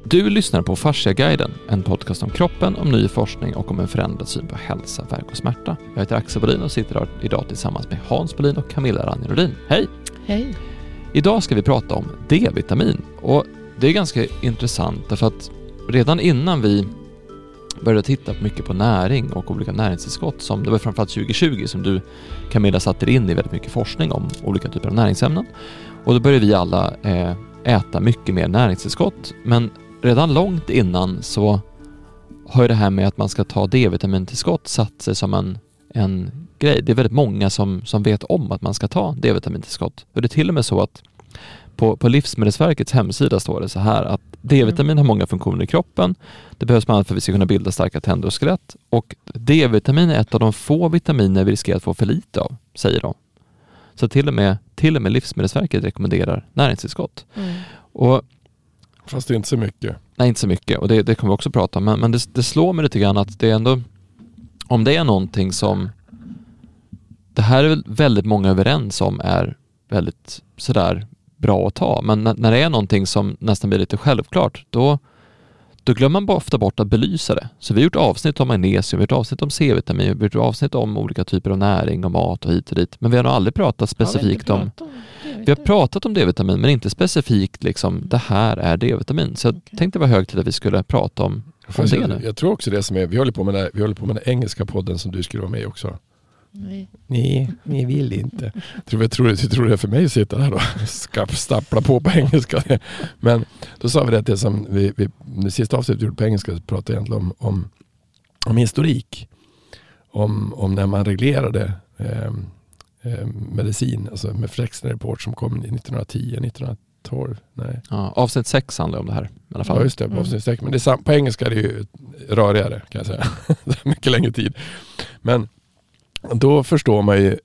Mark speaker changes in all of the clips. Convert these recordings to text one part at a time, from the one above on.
Speaker 1: Du lyssnar på Fasciaguiden, en podcast om kroppen, om ny forskning och om en förändrad syn på hälsa, värk och smärta. Jag heter Axel Bodin och sitter idag tillsammans med Hans Bodin och Camilla Ranjerodin. Hej!
Speaker 2: Hej!
Speaker 1: Idag ska vi prata om D-vitamin och det är ganska intressant därför att redan innan vi började titta mycket på näring och olika näringstillskott, som det var framförallt 2020 som du, Camilla, satte in i väldigt mycket forskning om olika typer av näringsämnen. Och då började vi alla äta mycket mer näringstillskott, men redan långt innan så har ju det här med att man ska ta D-vitamintillskott satt sig som en grej. Det är väldigt många som vet om att man ska ta D-vitamintillskott. Och det är till och med så att på Livsmedelsverkets hemsida står det så här att D-vitamin har många funktioner i kroppen. Det behövs bland annat för att vi ska kunna bilda starka tänder och skelett. Och D-vitamin är ett av de få vitaminer vi riskerar att få för lite av, säger de. Så till och med Livsmedelsverket rekommenderar näringstillskott.
Speaker 3: Fast det är inte så mycket.
Speaker 1: Nej, inte så mycket. Och det kommer vi också prata om. Men det slår mig lite grann att det är ändå, om det är någonting som det här är väl väldigt många överens om är väldigt sådär bra att ta. Men när det är någonting som nästan blir lite självklart, då glömmer man ofta bort att belysa det. Så vi har gjort avsnitt om magnesium, vi har gjort avsnitt om C-vitamin, vi har gjort avsnitt om olika typer av näring och mat och hit och dit. Men vi har nog aldrig pratat specifikt om... Vi har pratat om D-vitamin men inte specifikt liksom, det här är D-vitamin. Så jag tänkte det var hög tid att vi skulle prata om det nu.
Speaker 3: Jag tror också det som är, vi håller på med den engelska podden som du skulle vara med i också. Nej, ni vill inte. Jag tror det är för mig att sitta här och stappla på engelska. Men då sa vi det som det sista avsnittet vi gjorde på engelska, så pratade egentligen om historik. Om när man reglerade medicin, alltså med Flexner Report som kom 1910, 1912. Nej.
Speaker 1: Ja, avsnitt 6 handlar om det här i alla fall.
Speaker 3: Ja, just det, avsnitt 6. Men det är, på engelska är det ju rörigare, kan jag säga. Det är mycket längre tid. Men då förstår man ju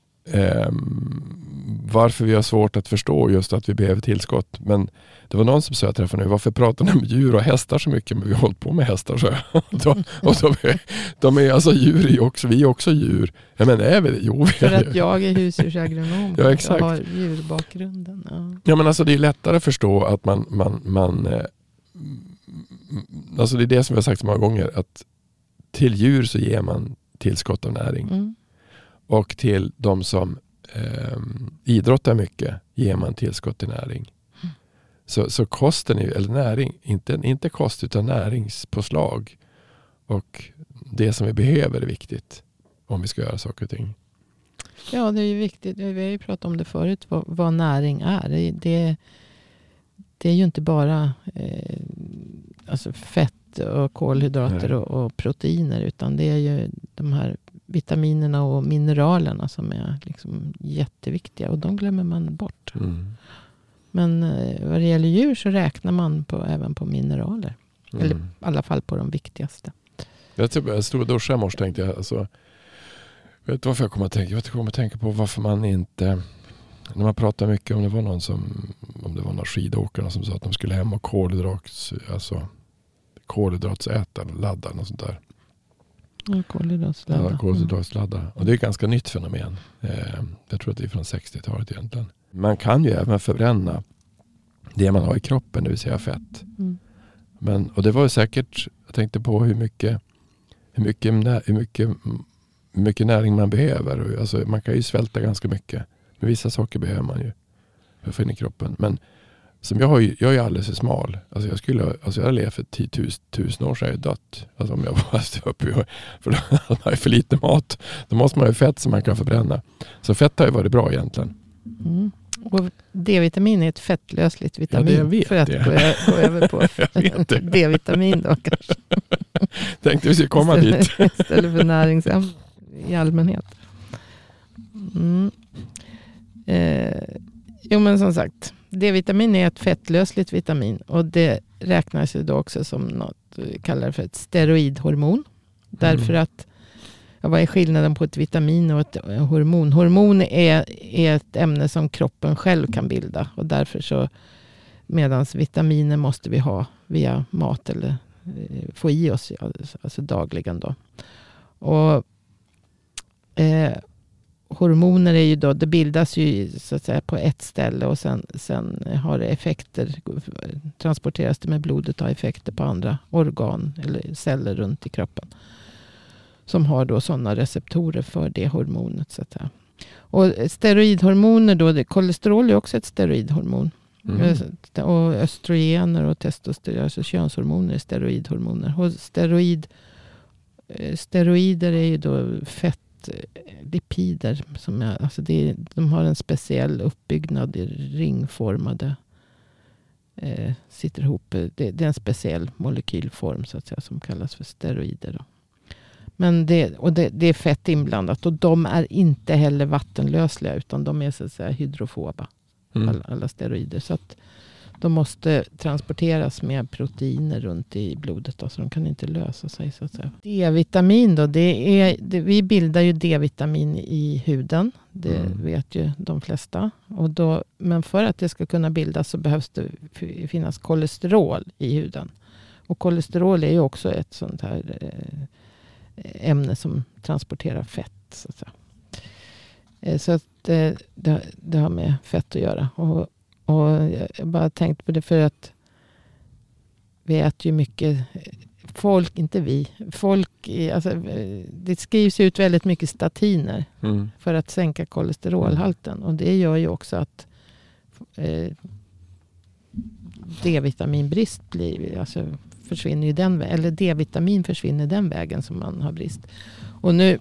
Speaker 3: varför vi har svårt att förstå just att vi behöver tillskott. Men det var någon som sa, jag träffade nu, varför pratar ni om djur och hästar så mycket? Men vi har hållit på med hästar, så de är alltså djur i också, vi är också djur. Ja, men är vi det? Jo, vi
Speaker 2: för att jag är husdjursagronom.
Speaker 3: Ja, exakt.
Speaker 2: Jag har djurbakgrunden.
Speaker 3: Ja, men alltså det är lättare att förstå att man alltså det är det som vi har sagt så många gånger, att till djur så ger man tillskott av näring. Och till de som idrottar mycket ger man tillskott till näring. Så kosten eller näring, inte kost utan näringspåslag. Och det som vi behöver är viktigt om vi ska göra saker och ting.
Speaker 2: Ja, det är ju viktigt. Vi har ju pratat om det förut, vad näring är. Det är ju inte bara alltså fett och kolhydrater och proteiner, utan det är ju de här vitaminerna och mineralerna som är liksom jätteviktiga, och de glömmer man bort. Men vad det gäller djur så räknar man även på mineraler. Eller i alla fall på de viktigaste.
Speaker 3: Jag stod och duschade i morse, tänkte jag. Alltså, vet du varför jag kommer att tänka på varför man inte... När man pratar mycket om det var några skidåkarna som sa att de skulle hem och kolhydratsäta eller ladda och sånt där.
Speaker 2: Ja, kolhydratsladdar.
Speaker 3: Och det är ett ganska nytt fenomen. Jag tror att det är från 60-talet egentligen. Man kan ju även förbränna det man har i kroppen, det vill säga fett. Och det var ju säkert, jag tänkte på hur mycket näring man behöver. Alltså, man kan ju svälta ganska mycket. Men vissa saker behöver man ju för att få in i kroppen. Men som jag är alldeles för smal. Alltså jag hade levt för 10 000 år sedan, jag är dött. Alltså om jag var uppe, för då har man ju för lite mat. Då måste man ju fett som man kan förbränna. Så fett har ju varit bra egentligen.
Speaker 2: Och D-vitamin är ett fettlösligt vitamin.
Speaker 3: Ja, jag vet
Speaker 2: för att gå över på D-vitamin då kanske.
Speaker 3: Tänkte vi skulle komma dit.
Speaker 2: Istället för näringsämnen i allmänhet. Jo, men som sagt, D-vitamin är ett fettlösligt vitamin, och det räknas ju då också som något vi kallar för ett steroidhormon. Därför att, vad är skillnaden på ett vitamin och ett hormon? Hormon är ett ämne som kroppen själv kan bilda, och därför så, medans vitaminer måste vi ha via mat eller få i oss alltså dagligen då. hormoner är ju då, det bildas ju så att säga på ett ställe och sen har det effekter, transporteras det med blodet och har effekter på andra organ eller celler runt i kroppen. Som har då sådana receptorer för det hormonet så att säga. Och steroidhormoner då, kolesterol är också ett steroidhormon. Och östrogener och testosteron, alltså könshormoner är steroidhormoner. Och steroider är ju då fettlipider som är, alltså de har en speciell uppbyggnad i ringformade sitter ihop. Det är en speciell molekylform så att säga som kallas för steroider då. Men det är fett inblandat och de är inte heller vattenlösliga utan de är så att säga hydrofoba. Alla steroider. Så att de måste transporteras med proteiner runt i blodet då, så de kan inte lösa sig så att säga. D-vitamin då, vi bildar ju D-vitamin i huden. Det vet ju de flesta. Men för att det ska kunna bildas så behövs det finnas kolesterol i huden. Och kolesterol är ju också ett sånt här ämne som transporterar fett så att säga. Så att det har med fett att göra. Och jag bara tänkt på det för att vi äter ju mycket folk, inte vi. Alltså, det skrivs ut väldigt mycket statiner för att sänka kolesterolhalten. Och det gör ju också att D-vitaminbrist försvinner ju den vägen. Eller D-vitamin försvinner den vägen som man har brist. Och nu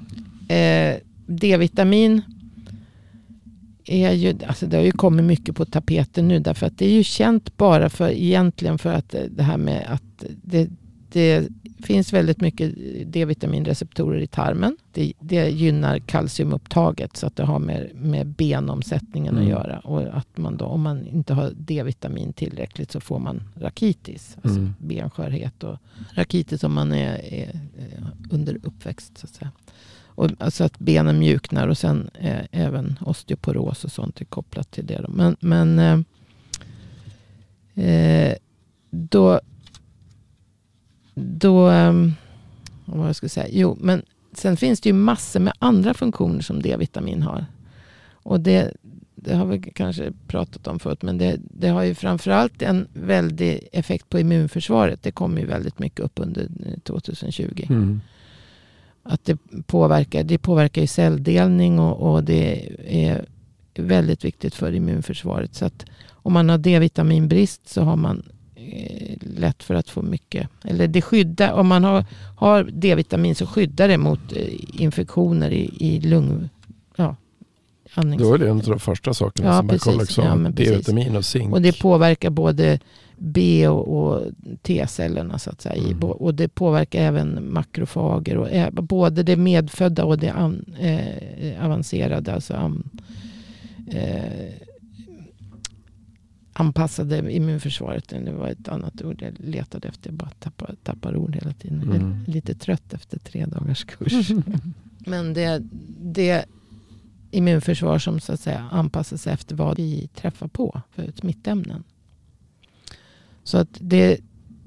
Speaker 2: D-vitamin är ju, alltså det har ju kommit mycket på tapeten nu därför att det är ju känt bara för att det här med att det finns väldigt mycket D-vitaminreceptorer i tarmen. Det gynnar kalciumupptaget så att det har med benomsättningen att göra. Och att man då, om man inte har D-vitamin tillräckligt så får man rakitis. Alltså benskörhet och rakitis om man är under uppväxt så att säga. Och alltså att benen mjuknar och sen även osteoporos och sånt är kopplat till det. Då. Men vad ska jag säga? Jo, men sen finns det ju massor med andra funktioner som D-vitamin har. Och det har vi kanske pratat om förut, men det har ju framförallt en väldig effekt på immunförsvaret. Det kommer ju väldigt mycket upp under 2020. Att det påverkar ju celldelning och det är väldigt viktigt för immunförsvaret. Så att om man har D-vitaminbrist så har man lätt för att få mycket. Eller det skyddar, om man har D-vitamin så skyddar det mot infektioner i lung. Ja, andnings.
Speaker 3: Då är det en av de första sakerna som man kollar också. D-vitamin och zink.
Speaker 2: Och det påverkar både B och T-cellerna så att säga. Och det påverkar även makrofager och både det medfödda och det avancerade, alltså anpassade immunförsvaret. Det var ett annat ord jag letade efter. Jag bara tappar ord hela tiden. Jag är lite trött efter 3 dagars kurs. Men det immunförsvar som så att säga anpassas efter vad vi träffar på för smittämnen. Så att det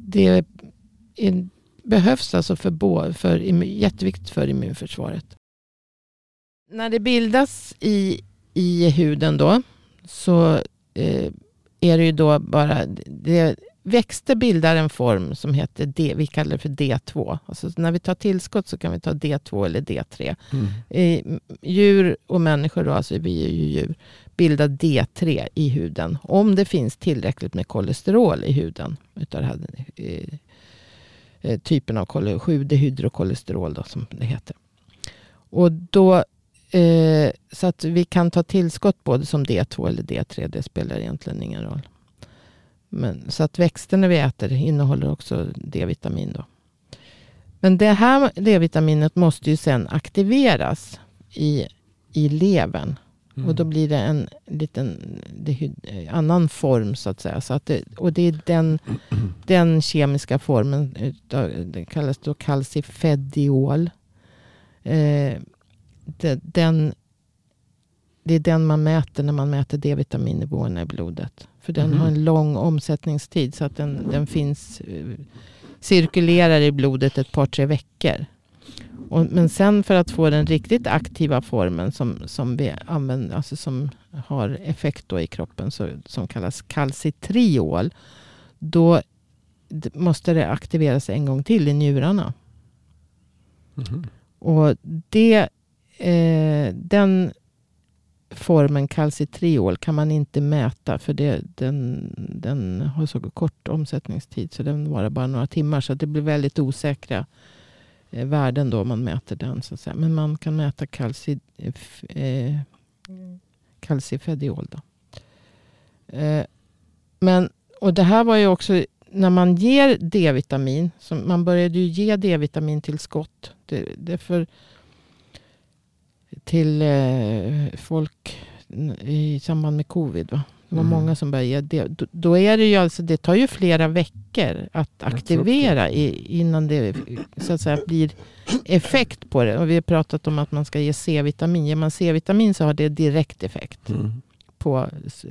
Speaker 2: behövs alltså jätteviktigt för immunförsvaret. När det bildas i huden då så är det ju då bara växter bildar en form som heter vi kallar det för D2. Alltså när vi tar tillskott så kan vi ta D2 eller D3. Djur och människor då, alltså vi är ju djur, bildar D3 i huden. Om det finns tillräckligt med kolesterol i huden utav den här typen av 7-dehydrokolesterol då, som det heter. Och då så att vi kan ta tillskott både som D2 eller D3, det spelar egentligen ingen roll. Men, så att växterna vi äter innehåller också D-vitamin då. Men det här D-vitaminet måste ju sen aktiveras i levern. Och då blir det en liten annan form så att säga. Så att det är den kemiska formen, det kallas då calcifediol. Det är den man mäter när man mäter D-vitaminnivåerna i blodet. För den har en lång omsättningstid så att den cirkulerar i blodet ett par 3 veckor. Men sen för att få den riktigt aktiva formen som vi använder, alltså som har effekt då i kroppen, som kallas calcitriol, då måste det aktiveras en gång till i njurarna.
Speaker 3: Mm.
Speaker 2: Och den formen calcitriol kan man inte mäta, för den har så kort omsättningstid, så den varar bara några timmar, så det blir väldigt osäkra värden då man mäter den, så att säga. Men man kan mäta calcifediol då. Och det här var ju också när man ger D-vitamin, man började ju ge D-vitamintillskott till folk i samband med covid, va? Det var många som började ge det. Då är det ju alltså, det tar ju flera veckor att aktivera innan det så att säga blir effekt på det. Och vi har pratat om att man ska ge C-vitamin. Ger man C-vitamin så har det direkt effekt på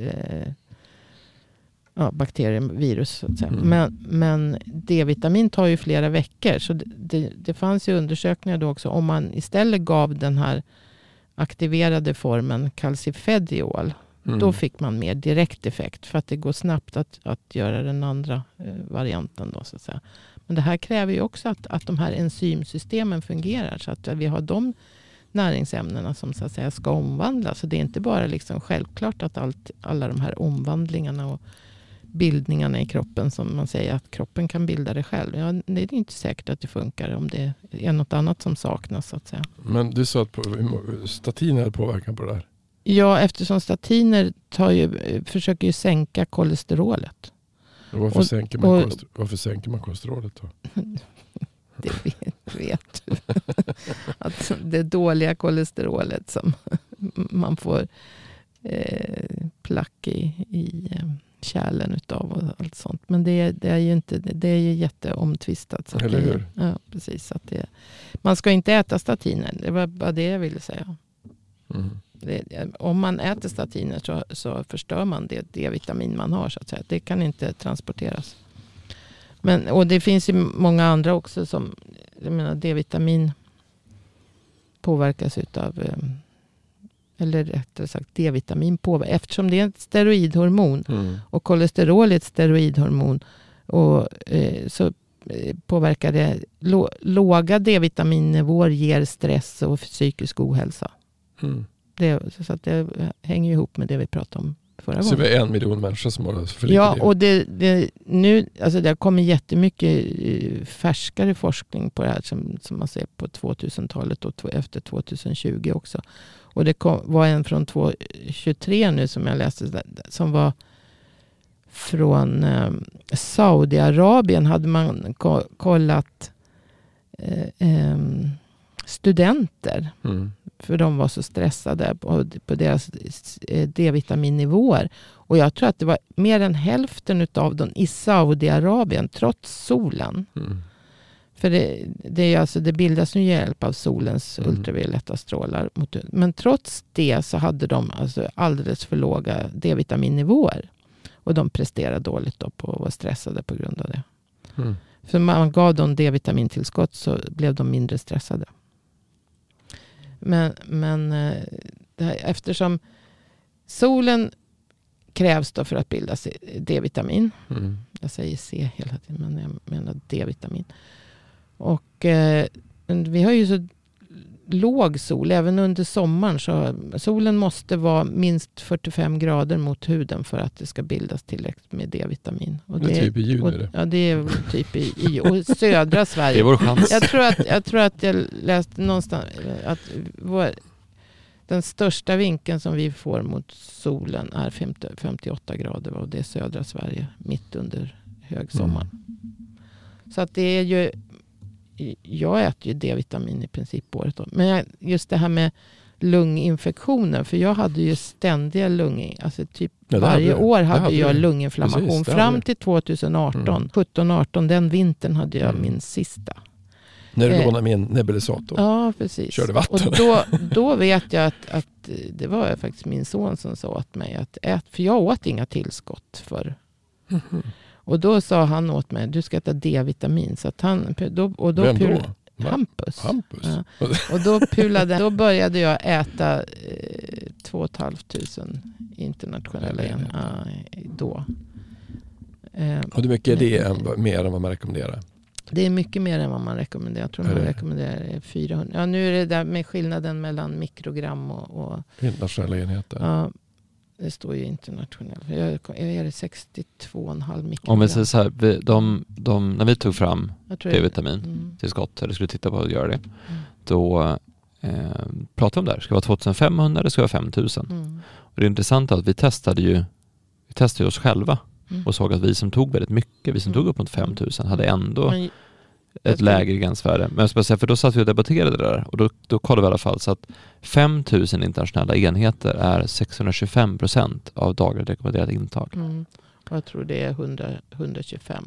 Speaker 2: bakterier, virus så att säga. Men D-vitamin tar ju flera veckor, så det fanns ju undersökningar då också, om man istället gav den här aktiverade formen calcifediol, då fick man mer direkt effekt, för att det går snabbt att göra den andra varianten då, så att säga. Men det här kräver ju också att de här enzymsystemen fungerar, så att vi har de näringsämnena som så att säga ska omvandlas. Så det är inte bara liksom självklart att alla de här omvandlingarna och bildningarna i kroppen, som man säger att kroppen kan bilda det själv. Ja, det är inte säkert att det funkar om det är något annat som saknas, så att säga.
Speaker 3: Men du sa att statiner påverkar på det där.
Speaker 2: Ja, eftersom statiner försöker ju sänka kolesterolet.
Speaker 3: Varför sänker man kolesterolet då?
Speaker 2: Det vet du. Att det dåliga kolesterolet som man får plack i kärlen utav och allt sånt. Men det är ju inte, det är ju jätteomtvistat. Så
Speaker 3: eller hur?
Speaker 2: Ja, precis. Att man ska inte äta statiner. Det var bara det jag ville säga. Om man äter statiner så förstör man det D-vitamin man har, så att säga. Det kan inte transporteras. Och det finns ju många andra också som, jag menar, D-vitamin påverkas utav, eller rättare sagt D-vitamin påverkas, eftersom det är ett steroidhormon och kolesterol är ett steroidhormon, och så påverkar det låga D-vitaminnivåer ger stress och psykisk ohälsa. Så att det hänger ihop med det vi pratade om förra gången.
Speaker 3: Så vi är 1 miljon människor som har för lite.
Speaker 2: Ja, och nu, alltså det har kommit jättemycket färskare forskning på det här som man ser på 2000-talet och efter 2020 också. Och det var en från 2023 nu som jag läste, som var från Saudiarabien. Hade man kollat studenter. För de var så stressade på deras D-vitaminnivåer. Och jag tror att det var mer än hälften av dem i Saudiarabien, trots solen. För det bildas med hjälp av solens ultravioletta strålar. Men trots det så hade de alltså alldeles för låga D-vitaminnivåer. Och de presterade dåligt då på att vara stressade på grund av det. För man gav dem D-vitamintillskott så blev de mindre stressade. Men eftersom solen krävs då för att bilda D-vitamin. Jag säger C hela tiden, men jag menar D-vitamin. Och vi har ju så låg sol även under sommaren, så solen måste vara minst 45 grader mot huden för att det ska bildas tillräckligt med D-vitamin. Och
Speaker 3: det är typ i juni.
Speaker 2: Ja, det är typ i och södra Sverige.
Speaker 1: Det är vår chans.
Speaker 2: Jag tror att jag läste någonstans att den största vinkeln som vi får mot solen är 58 grader, och det är södra Sverige mitt under högsommaren. Så att det är ju, jag äter ju D-vitamin i princip året då. Men just det här med lunginfektioner, för jag hade ju ständiga alltså typ varje år hade jag lunginflammation. Precis, fram till 2018. 17-18, den vintern hade jag min sista.
Speaker 3: När du lånade min nebulisator.
Speaker 2: Ja, precis.
Speaker 3: Körde vatten.
Speaker 2: Och då vet jag att det var faktiskt min son som sa åt mig att för jag åt inga tillskott för. Och då sa han åt mig, du ska äta D-vitamin. Så att
Speaker 3: Vem då?
Speaker 2: Hampus.
Speaker 3: Ja.
Speaker 2: Och då började jag äta 2 500 internationella då.
Speaker 3: Och hur mycket är det mer än vad man rekommenderar?
Speaker 2: Det är mycket mer än vad man rekommenderar. Jag tror man rekommenderar 400. Ja, nu är det där med skillnaden mellan mikrogram och
Speaker 3: internationella enheter.
Speaker 2: Ja, det står ju internationellt. Jag är det 62,5 mikrogram.
Speaker 1: Om vi säger så här, när vi tog fram D-vitamin till skott, eller skulle titta på att göra det, då pratade vi om det här. Ska det vara 2500 eller ska det vara 5000? Och det är intressant att vi testade oss själva och såg att vi som tog väldigt mycket, vi som tog upp mot 5000 hade ändå ett lägre gränsvärde. Men jag ska säga, för då satt vi och debatterade det där, och då kollade vi i alla fall så att 5000 internationella enheter är 625% av dagligt rekommenderat intag.
Speaker 2: Och jag tror det är 125.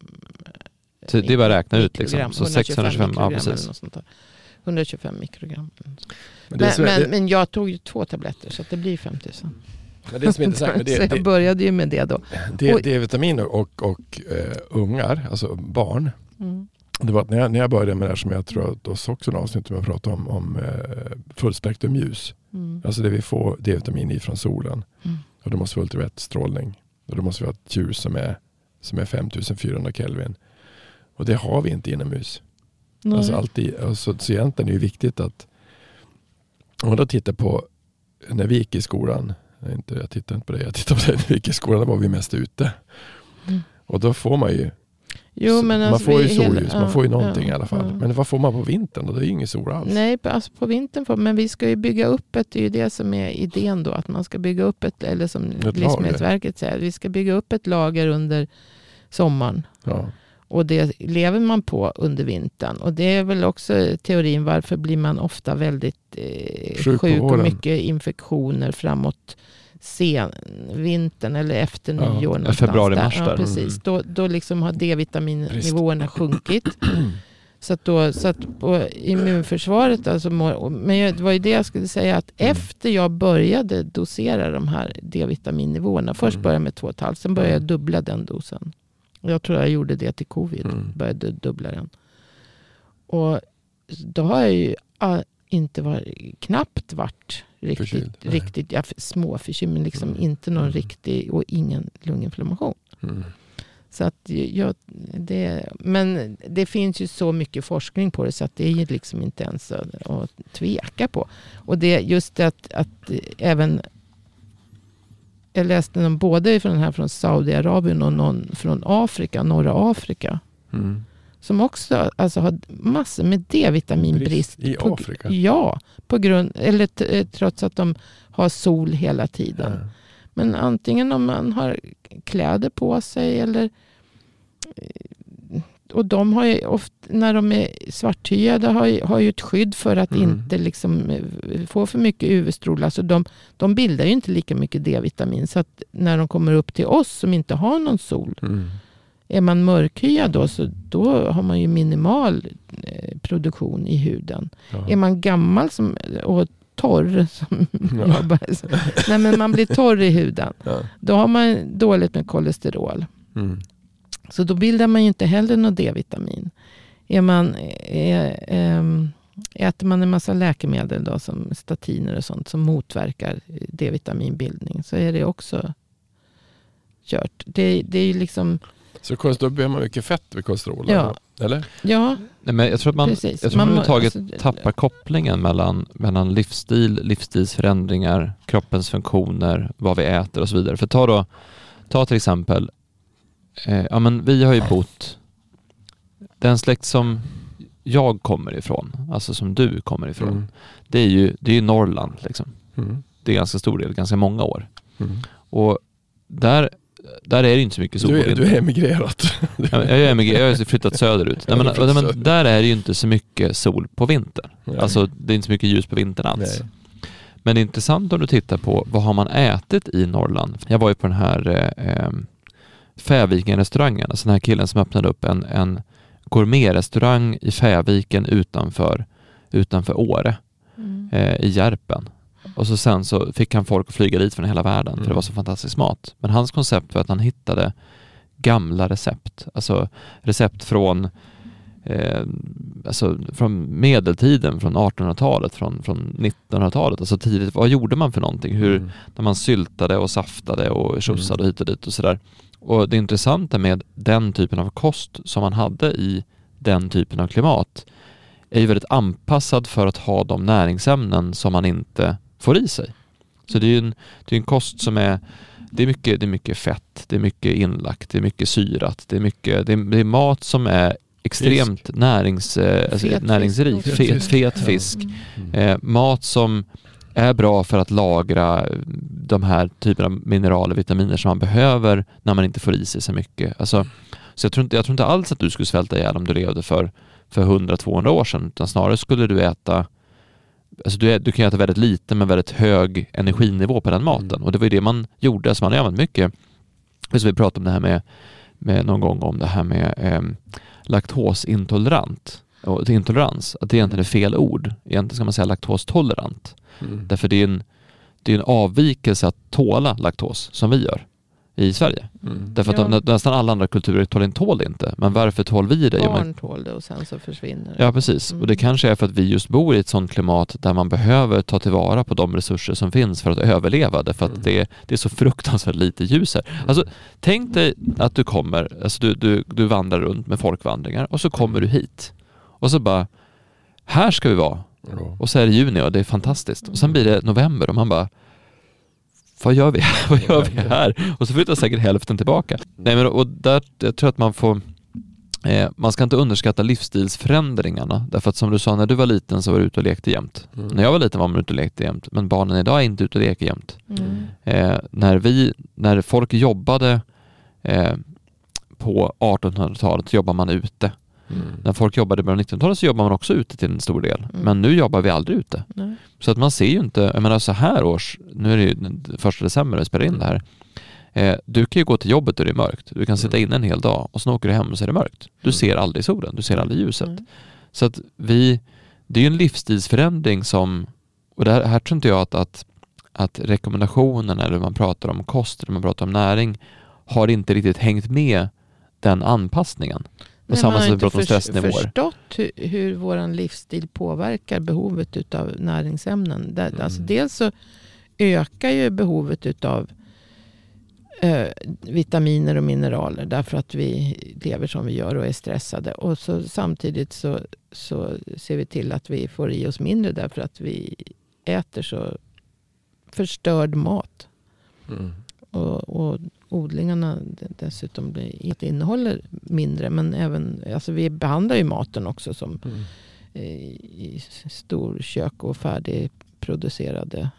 Speaker 1: Så det är bara att räkna ut liksom. Så 625,
Speaker 2: ja precis. 125 mikrogram. Men jag tog ju 2 tabletter så att det blir 5000.
Speaker 3: Men det som är intressant,
Speaker 2: så jag började ju med det då.
Speaker 3: D-vitamin och ungar, alltså barn. Det var att när jag började med det här, som jag tror att oss också avsnitt som jag pratade om fullspektrumljus. Alltså det vi får D-vitamin ifrån solen. Och då måste vi ha ultraviolett-strålning. Och då måste vi ha ett ljus som är 5400 Kelvin. Och det har vi inte inomhus. Alltså alltid, så egentligen är det ju viktigt att om man då tittar på när vi gick i skolan, jag tittar inte på det, jag tittar på det när vi gick i skolan, där var vi mest ute. Och då får man ju man får ju solljus, man får ju någonting i alla fall. Men vad får man på vintern då? Det är ju ingen sol alls.
Speaker 2: Nej, alltså på vintern men vi ska ju bygga upp det är ju det som är idén då, att man ska bygga upp eller som Livsmedelsverket säger, vi ska bygga upp ett lager under sommaren. Ja. Och det lever man på under vintern. Och det är väl också teorin varför blir man ofta väldigt sjuk och mycket infektioner framåt senvintern eller efter nyår.
Speaker 1: Februari-mars där.
Speaker 2: Ja, precis. Då liksom har D-vitaminnivåerna sjunkit. Så att på immunförsvaret alltså men det var ju det jag skulle säga, att efter jag började dosera de här D-vitaminnivåerna, först började jag med 2,5, sen började jag dubbla den dosen. Jag tror jag gjorde det till covid. Började dubbla den. Och då har jag ju inte knappt varit riktigt småförkyld, men liksom inte någon riktig, och ingen lunginflammation. Så att men det finns ju så mycket forskning på det, så att det är ju liksom inte ens att tveka på. Och det just det att även jag läste någon både från Saudiarabien och någon från Afrika, norra Afrika. Som också alltså har massor med D-vitaminbrist
Speaker 3: i Afrika.
Speaker 2: Ja, trots att de har sol hela tiden. Men antingen om man har kläder på sig eller, och de har ju ofta, när de är svarthyade, har ju ett skydd för att inte liksom få för mycket UV-strålar. Så de bildar ju inte lika mycket D-vitamin, så att när de kommer upp till oss som inte har någon sol, är man mörkhyad då har man ju minimal produktion i huden. Är man gammal och torr nej, men man blir torr i huden, då har man dåligt med kolesterol. Så då bildar man ju inte heller något D-vitamin. Äter man en massa läkemedel då, som statiner och sånt som motverkar D-vitaminbildning, så är det också kört. Det är ju liksom. Så
Speaker 3: då behöver man mycket fett vid kolesterol?
Speaker 2: Ja.
Speaker 3: Eller?
Speaker 2: Ja.
Speaker 1: Nej, men jag tror att man överhuvudtaget tappar kopplingen mellan livsstilsförändringar, kroppens funktioner, vad vi äter och så vidare. För ta till exempel, men vi har ju bott, den släkt som jag kommer ifrån, alltså som du kommer ifrån, det är ju Norrland liksom. Det är ganska stor del, ganska många år. Och där är det inte så mycket sol.
Speaker 3: Du är emigrerat.
Speaker 1: Jag har flyttat söderut. Nej, men där är det ju inte så mycket sol på vintern. Alltså det är inte så mycket ljus på vintern alls. Nej. Men det är intressant om du tittar på vad har man ätit i Norrland. Jag var ju på den här Fäviken-restaurangen. Alltså den här killen som öppnade upp en gourmetrestaurang i Fäviken utanför Åre. I Järpen. Och sen så fick han folk att flyga dit från hela världen för det var så fantastisk mat. Men hans koncept var att han hittade gamla recept. Alltså recept från alltså från medeltiden, från 1800-talet, från 1900-talet, alltså tidigt, vad gjorde man för någonting? När man syltade och saftade och tjossade hit och dit och sådär. Och det intressanta med den typen av kost som man hade i den typen av klimat är ju väldigt anpassad för att ha de näringsämnen som man inte får i sig. Så det är en kost som det är mycket fett, det är mycket inlagt, det är mycket syrat, det är mat som är extremt näringsrik, fet fisk. Mat som är bra för att lagra de här typerna av mineraler, vitaminer som man behöver när man inte får i sig så mycket. Alltså, så jag tror inte alls att du skulle svälta ihjäl om du levde för 100-200 år sedan, utan snarare skulle du äta, alltså du kan äta väldigt lite men väldigt hög energinivå på den maten. Och det var ju det man gjorde, så man har använt mycket. Så vi pratade om det här med någon gång om det här med laktosintolerans, att det egentligen är fel ord. Egentligen ska man säga laktostolerant. Därför det är en avvikelse att tåla laktos som vi gör i Sverige. Därför att nästan alla andra kulturer tål det inte. Men varför tål vi det?
Speaker 2: Barn tål det och sen så försvinner det.
Speaker 1: Ja, precis. Och det kanske är för att vi just bor i ett sånt klimat där man behöver ta tillvara på de resurser som finns för att överleva. Därför att det är så fruktansvärt lite ljus här. Alltså, tänk dig att du kommer, alltså du vandrar runt med folkvandringar och så kommer du hit. Och så bara, här ska vi vara. Och så är det juni och det är fantastiskt. Och sen blir det november och man bara, vad gör vi här? Och så flyttar säkert hälften tillbaka. Nej, men och där, jag tror att man ska inte underskatta livsstilsförändringarna. Därför att som du sa, när du var liten så var du ute och lekte jämt. När jag var liten var man ute och lekte jämt. Men barnen idag är inte ute och leker jämt. När folk jobbade på 1800-talet jobbar man ute. När folk jobbade på 1900-talet så jobbar man också ute till en stor del. Men nu jobbar vi aldrig ute. Så att man ser ju inte, jag menar så här års, nu är det ju 1 december och jag spelar in det här. Du kan ju gå till jobbet och det är mörkt. Du kan sitta inne en hel dag och så åker du hem och så är det mörkt. Du ser aldrig solen, du ser aldrig ljuset. Så att det är ju en livsstilsförändring som, och det här tror inte jag att rekommendationen eller man pratar om kost eller man pratar om näring har inte riktigt hängt med den anpassningen. Och
Speaker 2: Nej, man har inte
Speaker 1: förstått
Speaker 2: hur våran livsstil påverkar behovet utav näringsämnen. Alltså dels så ökar ju behovet utav vitaminer och mineraler därför att vi lever som vi gör och är stressade. Och så samtidigt så ser vi till att vi får i oss mindre därför att vi äter så förstörd mat. Och odlingarna dessutom innehåller mindre, men även, alltså vi behandlar ju maten också som i storkök och färdigproducerade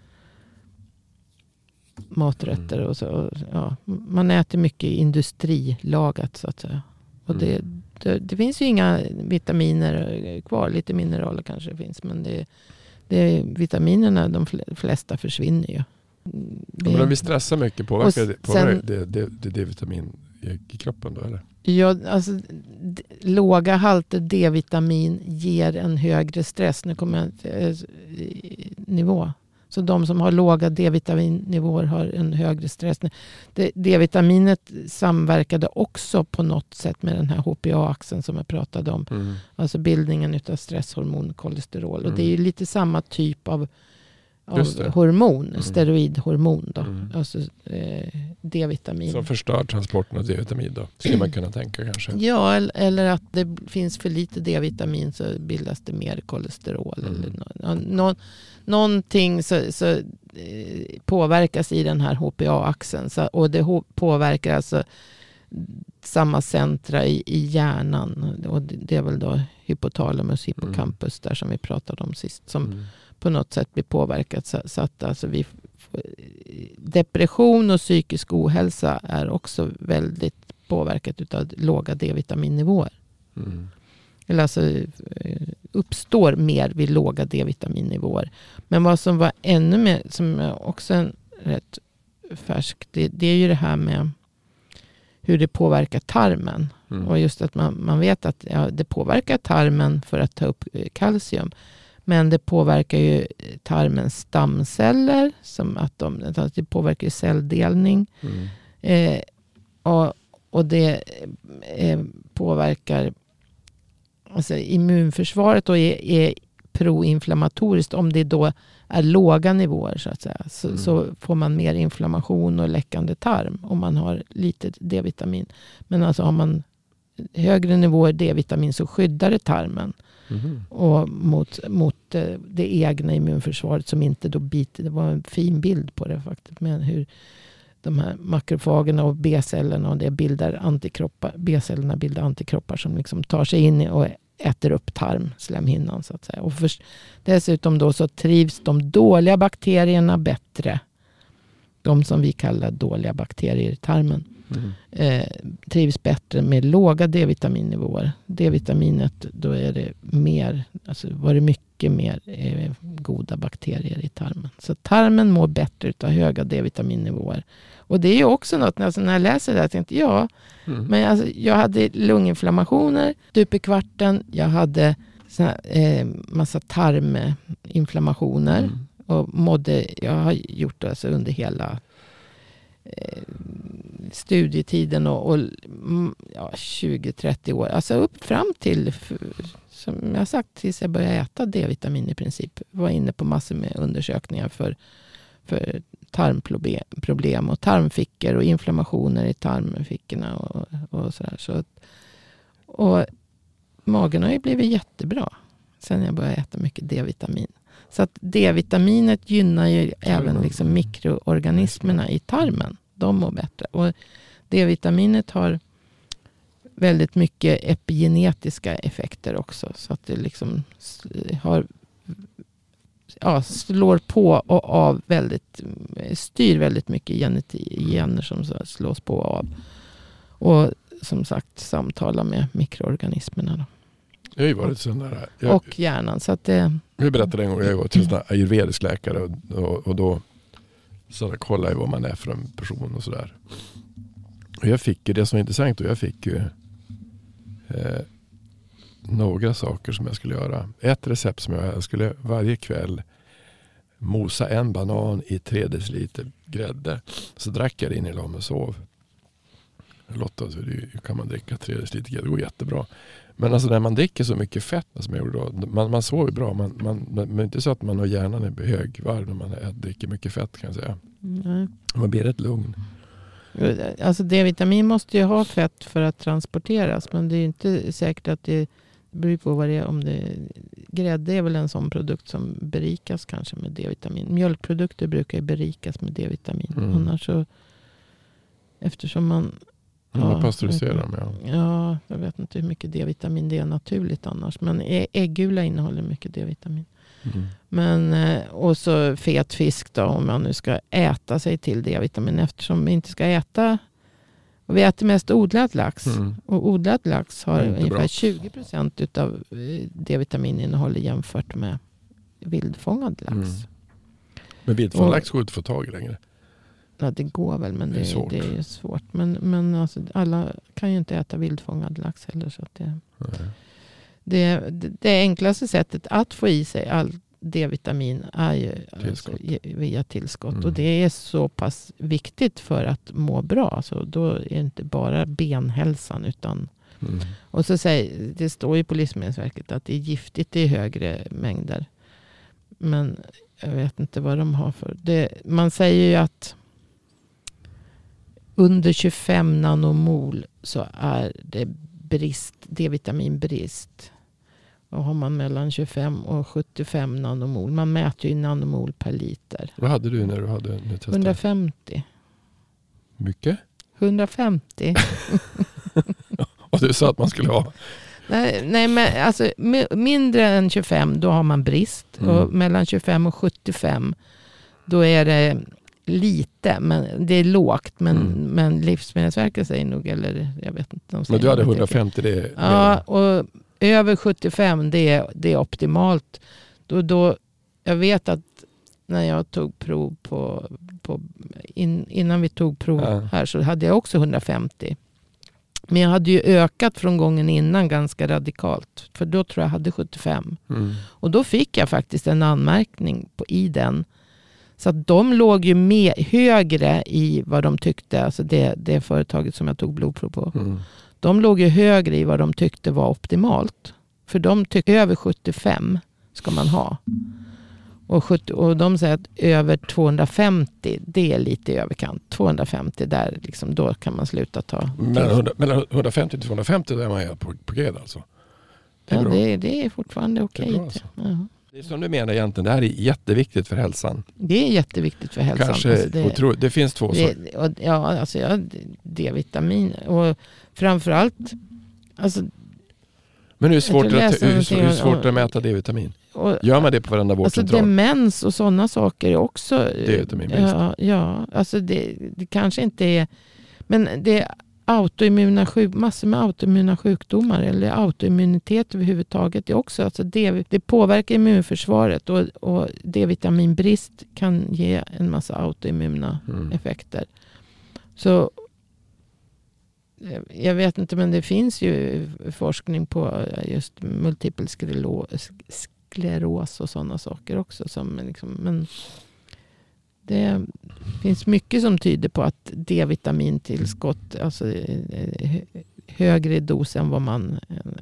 Speaker 2: maträtter och så. Och, ja, man äter mycket industrilagat så att säga. Och det finns ju inga vitaminer kvar, lite mineraler kanske det finns, men vitaminerna, de flesta försvinner ju.
Speaker 3: Men om vi stressar mycket påverkar det D-vitamin i kroppen då, eller?
Speaker 2: Ja, alltså låga halter D-vitamin ger en högre stress. Nu kommer jag till nivå. Så de som har låga D-vitaminnivåer har en högre stress. D-vitaminet samverkade också på något sätt med den här HPA-axeln som jag pratade om. Alltså bildningen utav stresshormon, kolesterol. Och det är ju lite samma typ av hormon, steroidhormon då. Alltså D-vitamin.
Speaker 3: Som förstör transporten av D-vitamin då, skulle man kunna tänka kanske.
Speaker 2: Ja, eller att det finns för lite D-vitamin så bildas det mer kolesterol. Eller någonting så påverkas i den här HPA-axeln. Och det påverkar alltså samma centra i hjärnan. Och det är väl då hypotalamus, hippocampus där som vi pratade om sist. Som på något sätt blir påverkat. Så att alltså depression och psykisk ohälsa är också väldigt påverkat av låga D-vitaminnivåer. Eller alltså uppstår mer vid låga D-vitaminnivåer. Men vad som var ännu mer, som är också en rätt färsk, det är ju det här med hur det påverkar tarmen. Och just att man vet att det påverkar tarmen för att ta upp kalcium. Men det påverkar ju tarmens stamceller, som att det påverkar celldelning. Och det påverkar alltså immunförsvaret då är proinflammatoriskt, om det då är låga nivåer så att säga, så får man mer inflammation och läckande tarm om man har lite D-vitamin. Men alltså har man högre nivåer D-vitamin så skyddar det tarmen och mot det egna immunförsvaret som inte då biter. Det var en fin bild på det faktiskt, med hur de här makrofagerna och B-cellerna och det bildar antikroppar. B-cellerna bildar antikroppar som liksom tar sig in och äter upp tarmslemhinnan så att säga. Och dessutom då så trivs de dåliga bakterierna bättre. De som vi kallar dåliga bakterier i tarmen. Trivs bättre med låga D-vitaminnivåer. D-vitaminet, då är det mer, alltså var det mycket mer goda bakterier i tarmen. Så tarmen mår bättre av höga D-vitaminnivåer. Och det är ju också något, alltså när jag läser det här tänkte jag, men alltså, jag hade lunginflammationer stup i kvarten, jag hade massa tarminflammationer och jag har gjort det alltså under hela studietiden och 20-30 år. Alltså upp fram till, som jag sagt, tills jag började äta D-vitamin i princip. Var inne på massor med undersökningar för tarmproblem och tarmfickor och inflammationer i tarmfickorna och sådär. Och magen har ju blivit jättebra sen jag började äta mycket D-vitamin. Så att D-vitaminet gynnar ju även liksom mikroorganismerna i tarmen. De mår bättre. Och D-vitaminet har väldigt mycket epigenetiska effekter också. Så att det liksom slår på och av styr väldigt mycket gener som slås på och av. Och som sagt samtala med mikroorganismerna då.
Speaker 3: Jag har ju varit sån där.
Speaker 2: Och hjärnan. Så att det...
Speaker 3: Jag berättade en gång, jag var till en sån där ayurvedisk läkare och då så kollade jag vad man är för en person och sådär. Och jag fick ju, det som var intressant, och jag fick ju några saker som jag skulle göra. Ett recept som jag skulle varje kväll mosa en banan i 3 deciliter grädde. Så drack jag det in i och sov. Lotta, så kan man dricka 3 deciliter grädde, det går jättebra. Men alltså när man dricker så mycket fett som jag gjorde då, man sover bra, men inte så att man har hjärnan i högvarv när man dricker mycket fett kan jag säga. Man blir rätt lugn.
Speaker 2: Alltså D-vitamin måste ju ha fett för att transporteras, men det är ju inte säkert att det beror på vad det är. Om grädde är väl en sån produkt som berikas kanske med D-vitamin. Mjölkprodukter brukar ju berikas med D-vitamin. Annars så, eftersom man
Speaker 3: pasteuriserar dem,
Speaker 2: ja, jag vet inte hur mycket D-vitamin det är naturligt annars. Men äggula innehåller mycket D-vitamin. Men, och så fet fisk då, om man nu ska äta sig till D-vitamin. Eftersom vi inte ska äta, och vi äter mest odlad lax. Och odlad lax har ungefär 20% utav D-vitaminnehåll jämfört med vildfångad lax.
Speaker 3: Men vildfångad lax går inte att få tag i längre.
Speaker 2: Ja, det går väl, men det är svårt. Men alltså, alla kan ju inte äta vildfångad lax heller. Så att det enklaste sättet att få i sig all D-vitamin är ju via tillskott. Och det är så pass viktigt för att må bra. Så då är det inte bara benhälsan utan... Och så säger, det står ju på Livsmedelsverket att det är giftigt i högre mängder. Men jag vet inte vad de har för... Man säger ju att under 25 nanomol så är det D-vitaminbrist. Och har man mellan 25 och 75 nanomol. Man mäter ju nanomol per liter.
Speaker 3: Vad hade du när du hade testat?
Speaker 2: 150.
Speaker 3: Mycket?
Speaker 2: 150.
Speaker 3: Och du sa att man skulle ha?
Speaker 2: Nej, men alltså mindre än 25 då har man brist. Och mellan 25 och 75 då är det lite, men det är lågt. Men Livsmedelsverket säger nog, eller jag vet inte.
Speaker 3: Men du hade 150, det är...
Speaker 2: Ja, och över 75 det är optimalt. Då jag vet att när jag tog prov innan vi tog prov här så hade jag också 150. Men jag hade ju ökat från gången innan ganska radikalt. För då tror jag hade 75. Och då fick jag faktiskt en anmärkning i den. Så att de låg ju högre i vad de tyckte, alltså det företaget som jag tog blodprov på. De låg ju högre i vad de tyckte var optimalt. För de tycker över 75 ska man ha. Och de säger att över 250, det är lite i överkant. 250 där, liksom, då kan man sluta ta.
Speaker 3: Mellan 150 till 250 där är man helt på grad alltså.
Speaker 2: Det är fortfarande okej.
Speaker 3: Alltså. Det är som du menar egentligen, det här är jätteviktigt för hälsan.
Speaker 2: Det är jätteviktigt för hälsan.
Speaker 3: Kanske det finns två saker.
Speaker 2: D-vitamin och framförallt alltså,
Speaker 3: men hur svårt är att mäta D-vitamin? Gör man det på varenda vårdcentral?
Speaker 2: Alltså demens och sådana saker är också
Speaker 3: D-vitaminbrist.
Speaker 2: Ja, alltså det kanske inte är, men det är massor med autoimmuna sjukdomar eller autoimmunitet överhuvudtaget är också. Alltså det påverkar immunförsvaret och D-vitaminbrist kan ge en massa autoimmuna effekter. Så jag vet inte, men det finns ju forskning på just multipel skleros och sådana saker också. Men det finns mycket som tyder på att D-vitamintillskott, alltså högre dos än vad man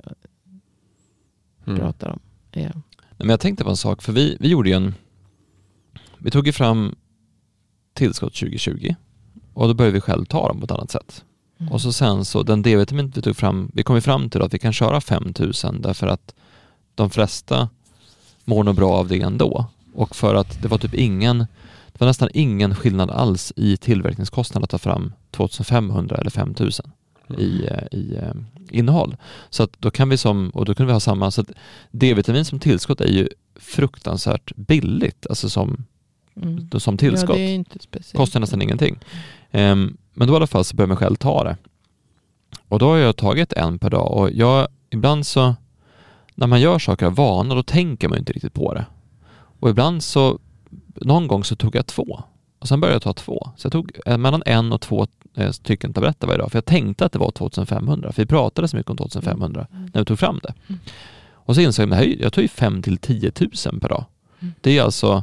Speaker 2: pratar om. Ja.
Speaker 1: Men jag tänkte på en sak, för vi gjorde vi tog ju fram tillskott 2020 och då började vi själv ta dem på ett annat sätt. Och så sen så den D-vitamin vi tog fram, vi kom fram till att vi kan köra 5000 därför att de flesta mår nog bra av det ändå. Och för att det var nästan ingen skillnad alls i tillverkningskostnad att ta fram 2500 eller 5000 i innehåll. Så att då kan då kunde vi ha samma, så att D-vitamin som tillskott är ju fruktansvärt billigt, alltså som tillskott.
Speaker 2: Ja, det är inte speciellt.
Speaker 1: Kostar nästan ingenting. Men då i alla fall så börjar man själv ta det. Och då har jag tagit en per dag. Och ibland så, när man gör saker av vana, då tänker man inte riktigt på det. Och ibland så, någon gång så tog jag 2. Och sen började jag ta 2. Så jag tog mellan 1 och 2 stycken tabletter varje dag. För jag tänkte att det var 2500. För vi pratade så mycket om 2500 när vi tog fram det. Och så insåg jag tar ju 5 till 10 000 per dag. Det är alltså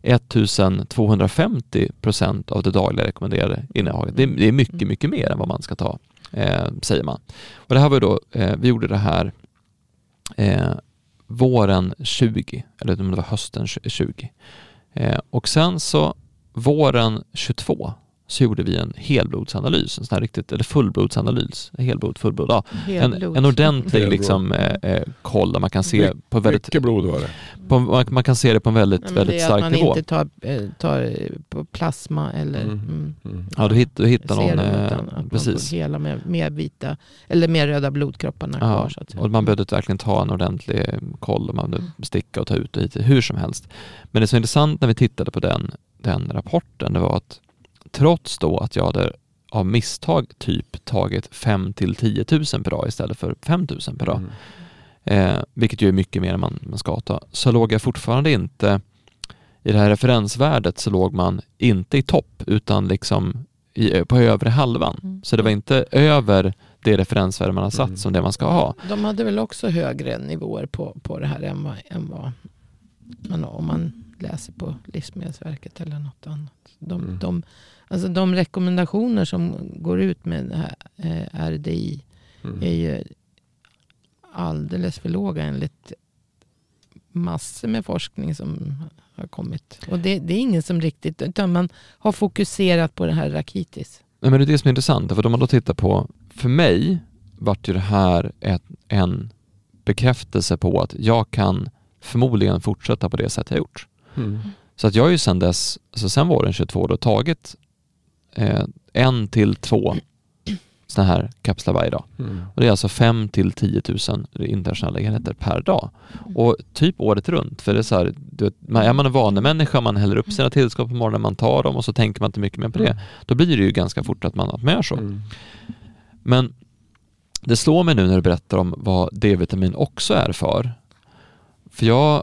Speaker 1: 1250% av det dagliga rekommenderade innehavet. Det är mycket, mycket mer än vad man ska ta, säger man. Och det här var då, vi gjorde det här våren 20, eller om det var hösten 20. Och sen så våren 22 så gjorde vi en helblodsanalys, en sån här riktigt, eller fullblodsanalys, fullblod. Ja, en ordentlig liksom, koll där man kan se på väldigt
Speaker 3: mycket blod var det.
Speaker 1: Man kan se det på en väldigt stark nivå.
Speaker 2: Att man inte tar på plasma eller
Speaker 1: ja, du hittar någon precis.
Speaker 2: Hela med vita eller med röda blodkropparna kvar, så att säga.
Speaker 1: Och man behövde verkligen ta en ordentlig koll och man behövde sticka och ta ut och hit hur som helst. Men det som är intressant när vi tittade på den rapporten, det var att trots då att jag hade av misstag typ tagit 5 till 10 000 per dag istället för 5 000 per dag, vilket ju är mycket mer än man ska ta, så låg jag fortfarande inte i det här referensvärdet, så låg man inte i topp utan liksom på övre halvan. Så det var inte över det referensvärde man har satt som det man ska ha. De hade väl också högre nivåer på det här än vad om man läser på Livsmedelsverket eller något annat. De rekommendationer som går ut med det här RDI är ju alldeles för låga enligt massor med forskning som har kommit. Och det är ingen som riktigt, utan man har fokuserat på det här rakitis. Men det är det som är intressant, för om man då tittar på, för mig vart ju det här en bekräftelse på att jag kan förmodligen fortsätta på det sätt jag gjort. Så att jag har ju sedan dess, alltså sen våren 22 då tagit 1 till 2 såna här kapslar varje dag. Och det är alltså 5 till 10 000 internationella enheter per dag. Och typ året runt. För det är så här, är man en vanemänniska, man häller upp sina tillskott på morgonen, man tar dem och så tänker man inte mycket mer på det. Då blir det ju ganska fort att man gör så. Men det slår mig nu när du berättar om vad D-vitamin också är för. För jag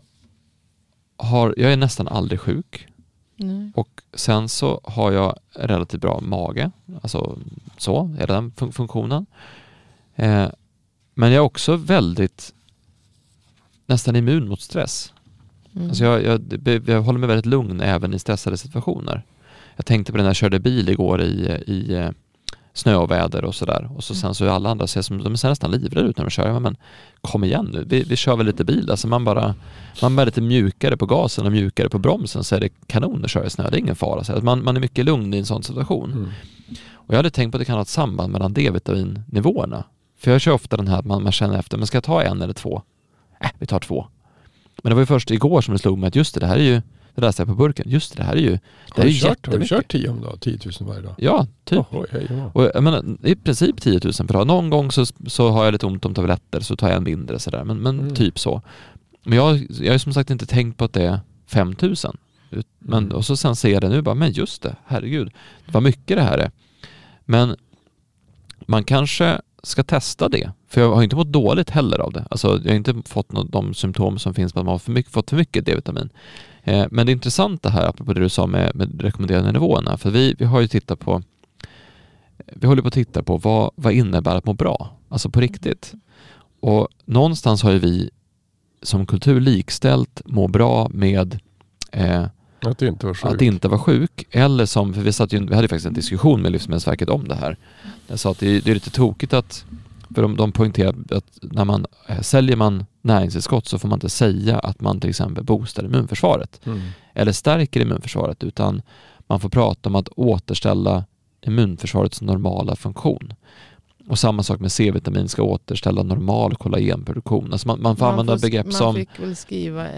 Speaker 1: är nästan aldrig sjuk. Nej. Och sen så har jag relativt bra mage. Alltså så, är den funktionen. Men jag är också väldigt nästan immun mot stress. Alltså jag håller mig väldigt lugn även i stressade situationer. Jag tänkte på det när jag körde bil igår i snö och väder och sådär. Och så sen så är alla andra som de är nästan livrädda ut när de kör. Men kom igen nu, vi kör väl lite bil. Alltså man är lite mjukare på gasen och mjukare på bromsen, så är det kanon att köra i snö. Det är ingen fara. Så att man är mycket lugn i en sån situation. Och jag hade tänkt på att det kan ha ett samband mellan D-vitaminnivåerna. För jag kör ofta den här att man känner efter, men ska jag ta 1 eller 2? Vi tar 2. Men det var ju först igår som det slog mig att just det här är ju, det läste jag på burken, just det här är ju, det är ju jättemycket. Har
Speaker 3: du kört 10 om dagen? 10 000 varje dag?
Speaker 1: Ja, typ. Och jag menar, i princip 10 000 per dag. Någon gång så har jag lite ont om tabletter, så tar jag en mindre sådär. Men typ så. Men jag har som sagt inte tänkt på att det är 5 000. Men, och så sen ser jag det nu bara, men just det, herregud, vad mycket det här är. Men man kanske ska testa det. För jag har inte mått dåligt heller av det. Alltså, jag har inte fått de symptom som finns på att man har fått för mycket D-vitamin. Men det är intressant det här, apropå det du sa med rekommenderade nivåerna. För vi har ju tittat på, vi håller på att titta på vad innebär att må bra. Alltså på riktigt. Och någonstans har ju vi som kultur likställt må bra med
Speaker 3: att
Speaker 1: inte vara sjuk. Eller som, för vi hade faktiskt en diskussion med Livsmedelsverket om det här. Jag sa att det är lite tokigt att, för de poängterar att när man säljer man näringstillskott så får man inte säga att man till exempel boostar immunförsvaret eller stärker immunförsvaret, utan man får prata om att återställa immunförsvarets normala funktion. Och samma sak med C-vitamin, ska återställa normal kollagenproduktion. Alltså man får använda begrepp som...
Speaker 2: Man fick väl skriva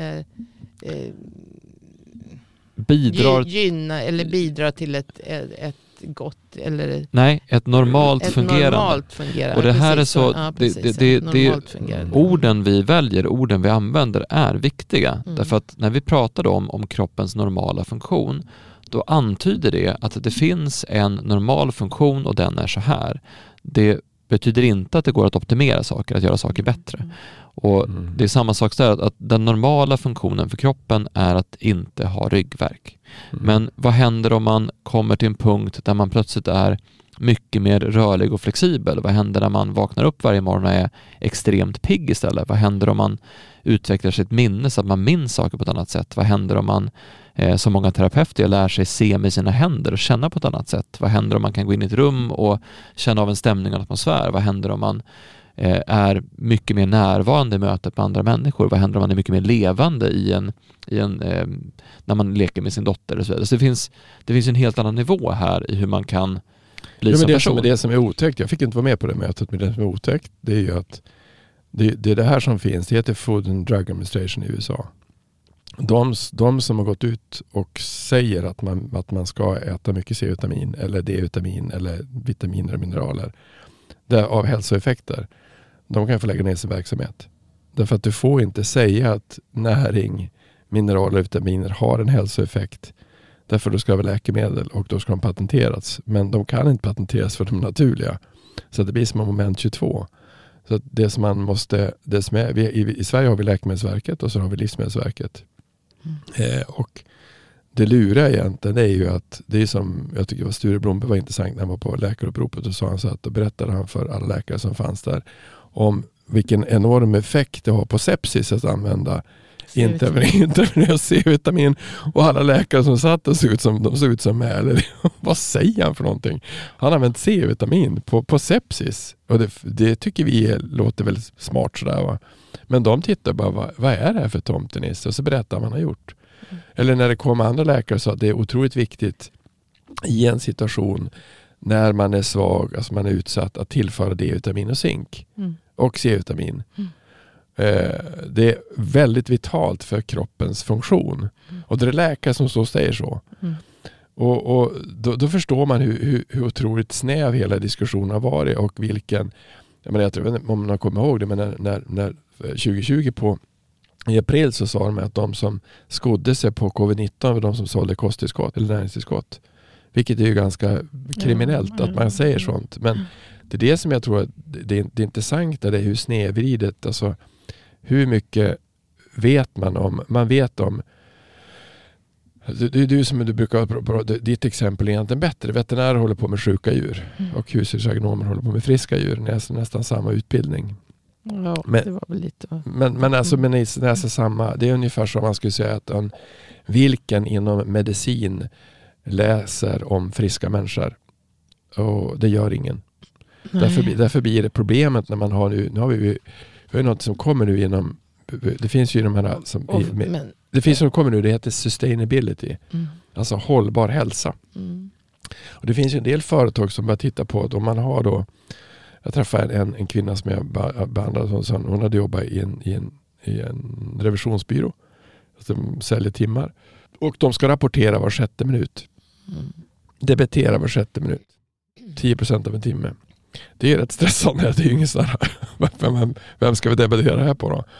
Speaker 2: bidrar till ett gott eller...
Speaker 1: Nej, ett normalt fungerande. Och det här är så... Orden vi väljer, orden vi använder är viktiga. Därför att när vi pratar om kroppens normala funktion, då antyder det att det finns en normal funktion och den är så här. Det betyder inte att det går att optimera saker, att göra saker bättre. Och det är samma sak där, att den normala funktionen för kroppen är att inte ha ryggvärk. Men vad händer om man kommer till en punkt där man plötsligt är mycket mer rörlig och flexibel? Vad händer när man vaknar upp varje morgon och är extremt pigg istället? Vad händer om man utvecklar sitt minne så att man minns saker på ett annat sätt? Vad händer om man, som många terapeuter, lär sig se med sina händer och känna på ett annat sätt? Vad händer om man kan gå in i ett rum och känna av en stämning och en atmosfär? Vad händer om man är mycket mer närvarande i mötet med andra människor? Vad händer om man är mycket mer levande när man leker med sin dotter och så vidare? Så det finns en helt annan nivå här i hur man kan bli som person.
Speaker 3: Det som är otäckt, jag fick inte vara med på det mötet, men det som är otäckt, det är ju att det här som finns, det heter Food and Drug Administration i USA. De som har gått ut och säger att man ska äta mycket C-vitamin eller D-vitamin eller vitaminer och mineraler av hälsoeffekter, de kan få lägga ner sin verksamhet. Därför att du får inte säga att näring, mineraler och vitaminer har en hälsoeffekt. Därför då ska det vara läkemedel och då ska de patenteras. Men de kan inte patenteras för de naturliga. Så det blir som en moment 22. Så att det som man måste, i Sverige har vi Läkemedelsverket och så har vi Livsmedelsverket. Och det luriga egentligen, det är ju att det är som, jag tycker Sture Blomberg var intressant när han var på läkaruppropet, och sa han så att då berättade han för alla läkare som fanns där om vilken enorm effekt det har på sepsis att använda intravenös C-vitamin, och alla läkare som satt de såg ut som eller vad säger han för någonting? Han har använt C-vitamin på sepsis, och det tycker vi låter väl smart sådär, va? Men de tittar bara, vad är det här för tomtenis? Och så berättar vad man har gjort. Eller när det kommer andra läkare så att det är otroligt viktigt i en situation när man är svag, alltså man är utsatt, att tillföra D-vitamin och zink och C-vitamin. Det är väldigt vitalt för kroppens funktion. Och det är läkare som så säger så. Och då förstår man hur otroligt snäv hela diskussionen har varit, och vilken, jag vet inte om man kommer ihåg det, men när 2020 i april så sa de att de som skodde sig på covid-19 var de som sålde kosttillskott eller näringstillskott. Vilket är ju ganska kriminellt att man säger sånt. Men det är det som jag tror att det intressanta, det är hur snedvridet, alltså hur mycket vet man om, det är du som du brukar, ditt exempel är egentligen bättre. Veterinärer håller på med sjuka djur och husdjursagronomer håller på med friska djur. Nästan samma utbildning.
Speaker 2: Ja, det var väl lite.
Speaker 3: Men nästan samma. Det är ungefär som man skulle säga att vilken inom medicin läser om friska människor. Och det gör ingen. Därför blir det problemet när man har nu har vi har något som kommer nu inom, det finns ju de här det finns som kommer nu, det heter sustainability. Alltså hållbar hälsa. Och det finns ju en del företag som börjar titta på att om man har då, jag träffade en kvinna som jag behandlade, hon hade jobbat i en revisionsbyrå som säljer timmar. Och de ska rapportera var 6:e minut. Debitera var 6:e minut. 10% av en timme. Det är rätt stressande. Det är ju ingen sån här, vem ska vi debitera det här på då?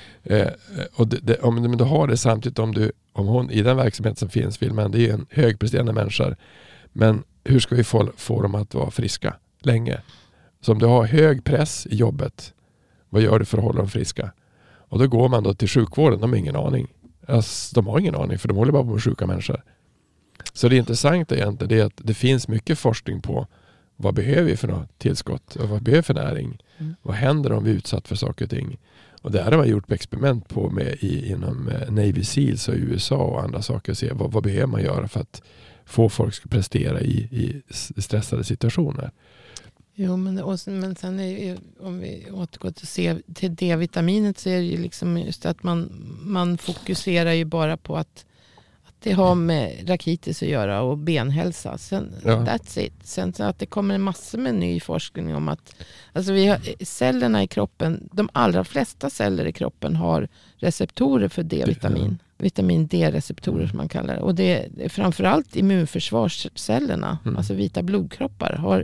Speaker 3: Om du har det samtidigt, om hon i den verksamhet som finns vill man, det är ju en högpresterande människa. Men hur ska vi få dem att vara friska länge? Så om du har hög press i jobbet, vad gör du för att hålla dem friska? Och då går man då till sjukvården, de har ingen aning. Alltså, de har ingen aning för de håller bara på med sjuka människor. Så det intressanta egentligen är att det finns mycket forskning på vad behöver vi för något tillskott och vad behöver vi för näring? Vad händer om vi är utsatt för saker och ting? Och där har man gjort experiment på inom Navy Seals och USA och andra saker. Se vad behöver man göra för att få folk att prestera i stressade situationer.
Speaker 2: Jo, men sen är, om vi återgår till D-vitaminet, så är det ju liksom just att man fokuserar ju bara på att det har med rakitis att göra och benhälsa. Sen, that's it. Sen så att det kommer en massa med ny forskning om att alltså vi har, cellerna i kroppen, de allra flesta celler i kroppen har receptorer för D-vitamin. Vitamin D-receptorer som man kallar det. Och det är framförallt immunförsvarscellerna, alltså vita blodkroppar, har.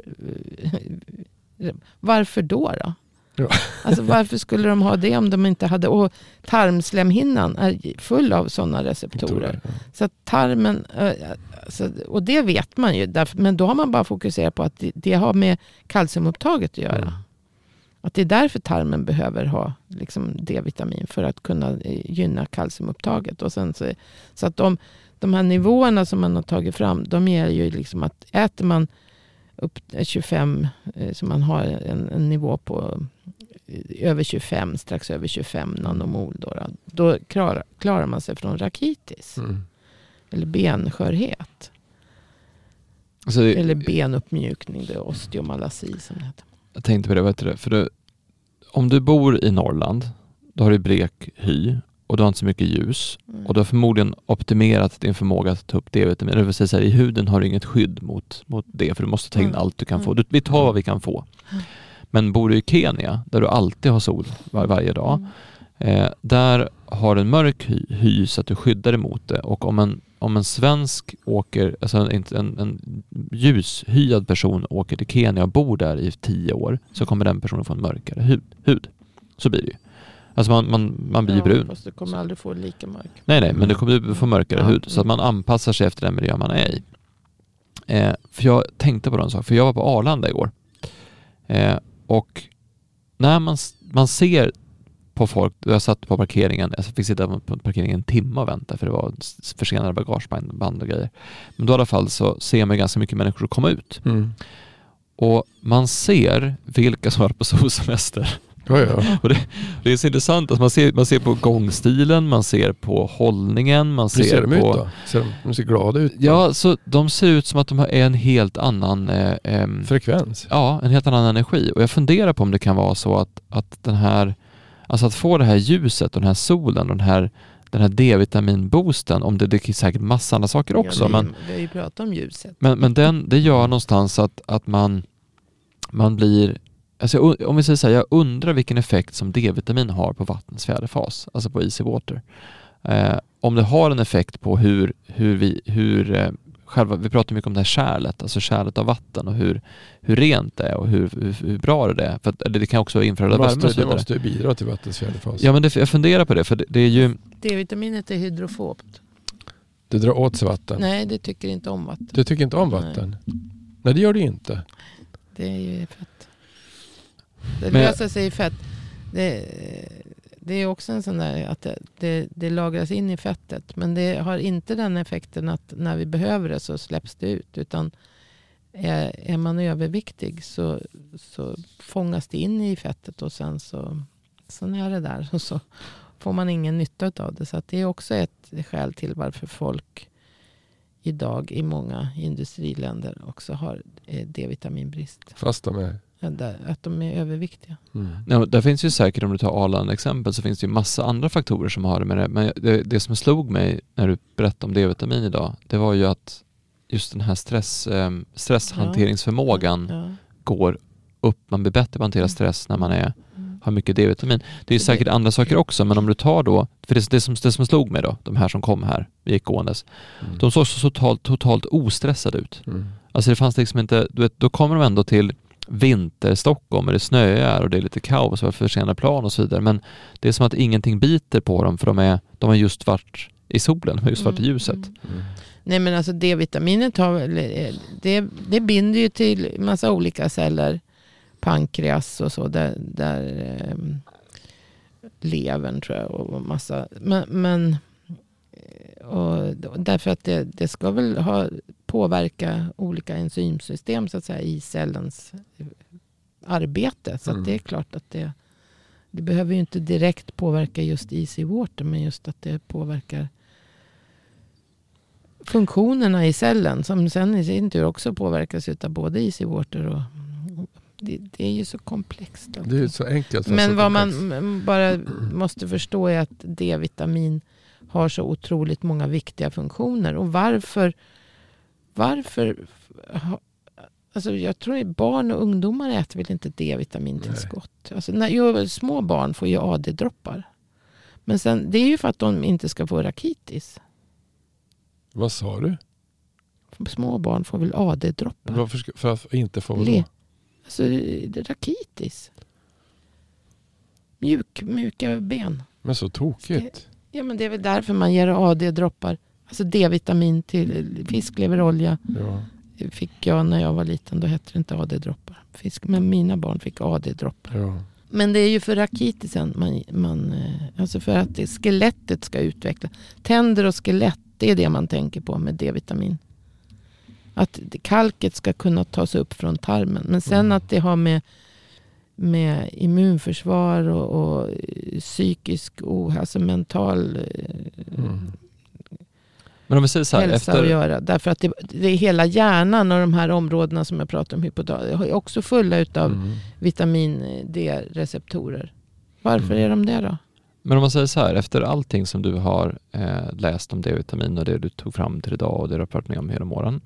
Speaker 2: Varför då? Ja. Alltså varför skulle de ha det om de inte hade... Och tarmslemhinnan är full av sådana receptorer. Så att tarmen... Alltså, och det vet man ju. Men då har man bara fokuserat på att det har med kalciumupptaget att göra. Att det är därför tarmen behöver ha liksom D-vitamin för att kunna gynna kalciumupptaget. Och sen så att de här nivåerna som man har tagit fram, de ger ju liksom att äter man upp 25, så man har en nivå på över 25, strax över 25 nanomol då klarar man sig från rakitis. Eller benskörhet.
Speaker 1: Alltså
Speaker 2: eller benuppmjukning, det är osteomalasi som det heter.
Speaker 1: Jag tänkte på det, vet du, för om du bor i Norrland, då har du blek hy och du har inte så mycket ljus och du har förmodligen optimerat din förmåga att ta upp D-vitamin. Det vill säga så här, i huden har du inget skydd mot det, för du måste ta in allt du kan få. Vi tar vad vi kan få. Men bor du i Kenya, där du alltid har sol varje dag, där har du en mörk hy så att du skyddar emot det. Och om en svensk åker, alltså en ljushyad person åker till Kenya och bor där i 10 år, så kommer den personen få en mörkare hud. Så blir det ju. Alltså man blir brun.
Speaker 2: Fast du kommer aldrig få lika mörk.
Speaker 1: Nej, men du kommer få mörkare hud. Så att man anpassar sig efter den miljö man är i. För jag tänkte på en sak. För jag var på Arlanda igår. Och när man ser på folk, jag satt på parkeringen, jag fick sitta på parkeringen en timme och vänta för det var försenade bagageband och grejer. Men då i alla fall så ser man ganska mycket människor komma ut. Och man ser vilka som är på solsemester.
Speaker 3: Ja.
Speaker 1: Och det är så intressant att man ser på gångstilen, man ser på hållningen, man ser
Speaker 3: ser de
Speaker 1: på...
Speaker 3: ut då? De ser glada ut då?
Speaker 1: Ja, så de ser ut som att de har en helt annan...
Speaker 3: frekvens?
Speaker 1: Ja, en helt annan energi. Och jag funderar på om det kan vara så att den här... Alltså att få det här ljuset och den här solen och den här D-vitaminboosten, om det är säkert massa andra saker också.
Speaker 2: Ja,
Speaker 1: men
Speaker 2: vi har ju pratat om ljuset.
Speaker 1: Men det gör någonstans att man blir... Alltså, om vi säger så här, jag undrar vilken effekt som D-vitamin har på vattnets fjärde fas, alltså på easy water. Om det har en effekt på hur själva, vi pratar mycket om det här kärlet, alltså kärlet av vatten och hur rent det är och hur bra det är. För att, det kan också infraröda värme och så vidare.
Speaker 3: Det måste bidra till vattens fjärde fas.
Speaker 1: Ja, men jag funderar på det, för det är ju...
Speaker 2: D-vitaminet är hydrofobt.
Speaker 3: Det drar åt sig vatten.
Speaker 2: Nej, det tycker inte om vatten.
Speaker 3: Du tycker inte om vatten? Nej, det gör det inte.
Speaker 2: Det är ju fett. Det löser sig i fett. Det är också en sån där att det lagras in i fettet. Men det har inte den effekten att när vi behöver det så släpps det ut. Utan är man överviktig så fångas det in i fettet. Och sen är det där. Och så får man ingen nytta av det. Så att det är också ett skäl till varför folk idag i många industriländer också har D-vitaminbrist.
Speaker 3: Fast de är...
Speaker 2: Att de är överviktiga.
Speaker 1: Ja, där finns ju säkert, om du tar Arlanda exempel, så finns det ju massa andra faktorer som har det med det. Men det som slog mig när du berättade om D-vitamin idag, det var ju att just den här stresshanteringsförmågan går upp. Man blir bättre på att hantera stress när man har mycket D-vitamin. Det är ju säkert andra saker också, men om du tar då, för det som slog mig då, de här som kom här, vi gick gåendes, de såg så totalt ostressade ut. Alltså det fanns liksom inte, du vet, då kommer de ändå till vinter Stockholm och det snöar och det är lite kaos och försenade plan och så vidare, men det är som att ingenting biter på dem, för de har just varit i solen, de har just varit i ljuset.
Speaker 2: Nej, men alltså D-vitaminet det binder ju till massa olika celler, pankreas och så, där levern tror jag och massa, men och därför att det ska väl påverka olika enzymsystem så att säga i cellens arbete, så att det är klart att det behöver ju inte direkt påverka just easy water, men just att det påverkar funktionerna i cellen som sen i sin tur också påverkas av både easy water och det är ju så komplext.
Speaker 3: Det är så enkelt.
Speaker 2: Men vad man bara måste förstå är att D-vitamin har så otroligt många viktiga funktioner. Och varför alltså jag tror att barn och ungdomar äter väl inte D-vitamintillskott. Alltså små barn får ju AD-droppar. Men sen, det är ju för att de inte ska få rakitis.
Speaker 3: Vad sa du?
Speaker 2: Små barn får väl AD-droppar.
Speaker 3: Varför för att inte få vad?
Speaker 2: Alltså rakitis. Mjuka ben.
Speaker 3: Men så tokigt.
Speaker 2: Ja, men det är väl därför man ger AD-droppar. Alltså D-vitamin till fiskleverolja. Ja. Fick jag när jag var liten, då hette det inte AD-droppar. Men mina barn fick AD-droppar. Ja. Men det är ju för rakitisen alltså för att skelettet ska utvecklas. Tänder och skelett, det är det man tänker på med D-vitamin. Att kalket ska kunna tas upp från tarmen. Men sen att det har med immunförsvar och psykisk ohälsa, mental
Speaker 1: men om vi säger så här,
Speaker 2: hälsa att göra. Därför att det är hela hjärnan och de här områdena som jag pratar om, hypothalamus, är också fulla utav vitamin D-receptorer. Varför är de det då?
Speaker 1: Men om man säger så här, efter allting som du har läst om D-vitamin och det du tog fram till idag och det du har pratat med om genom åren,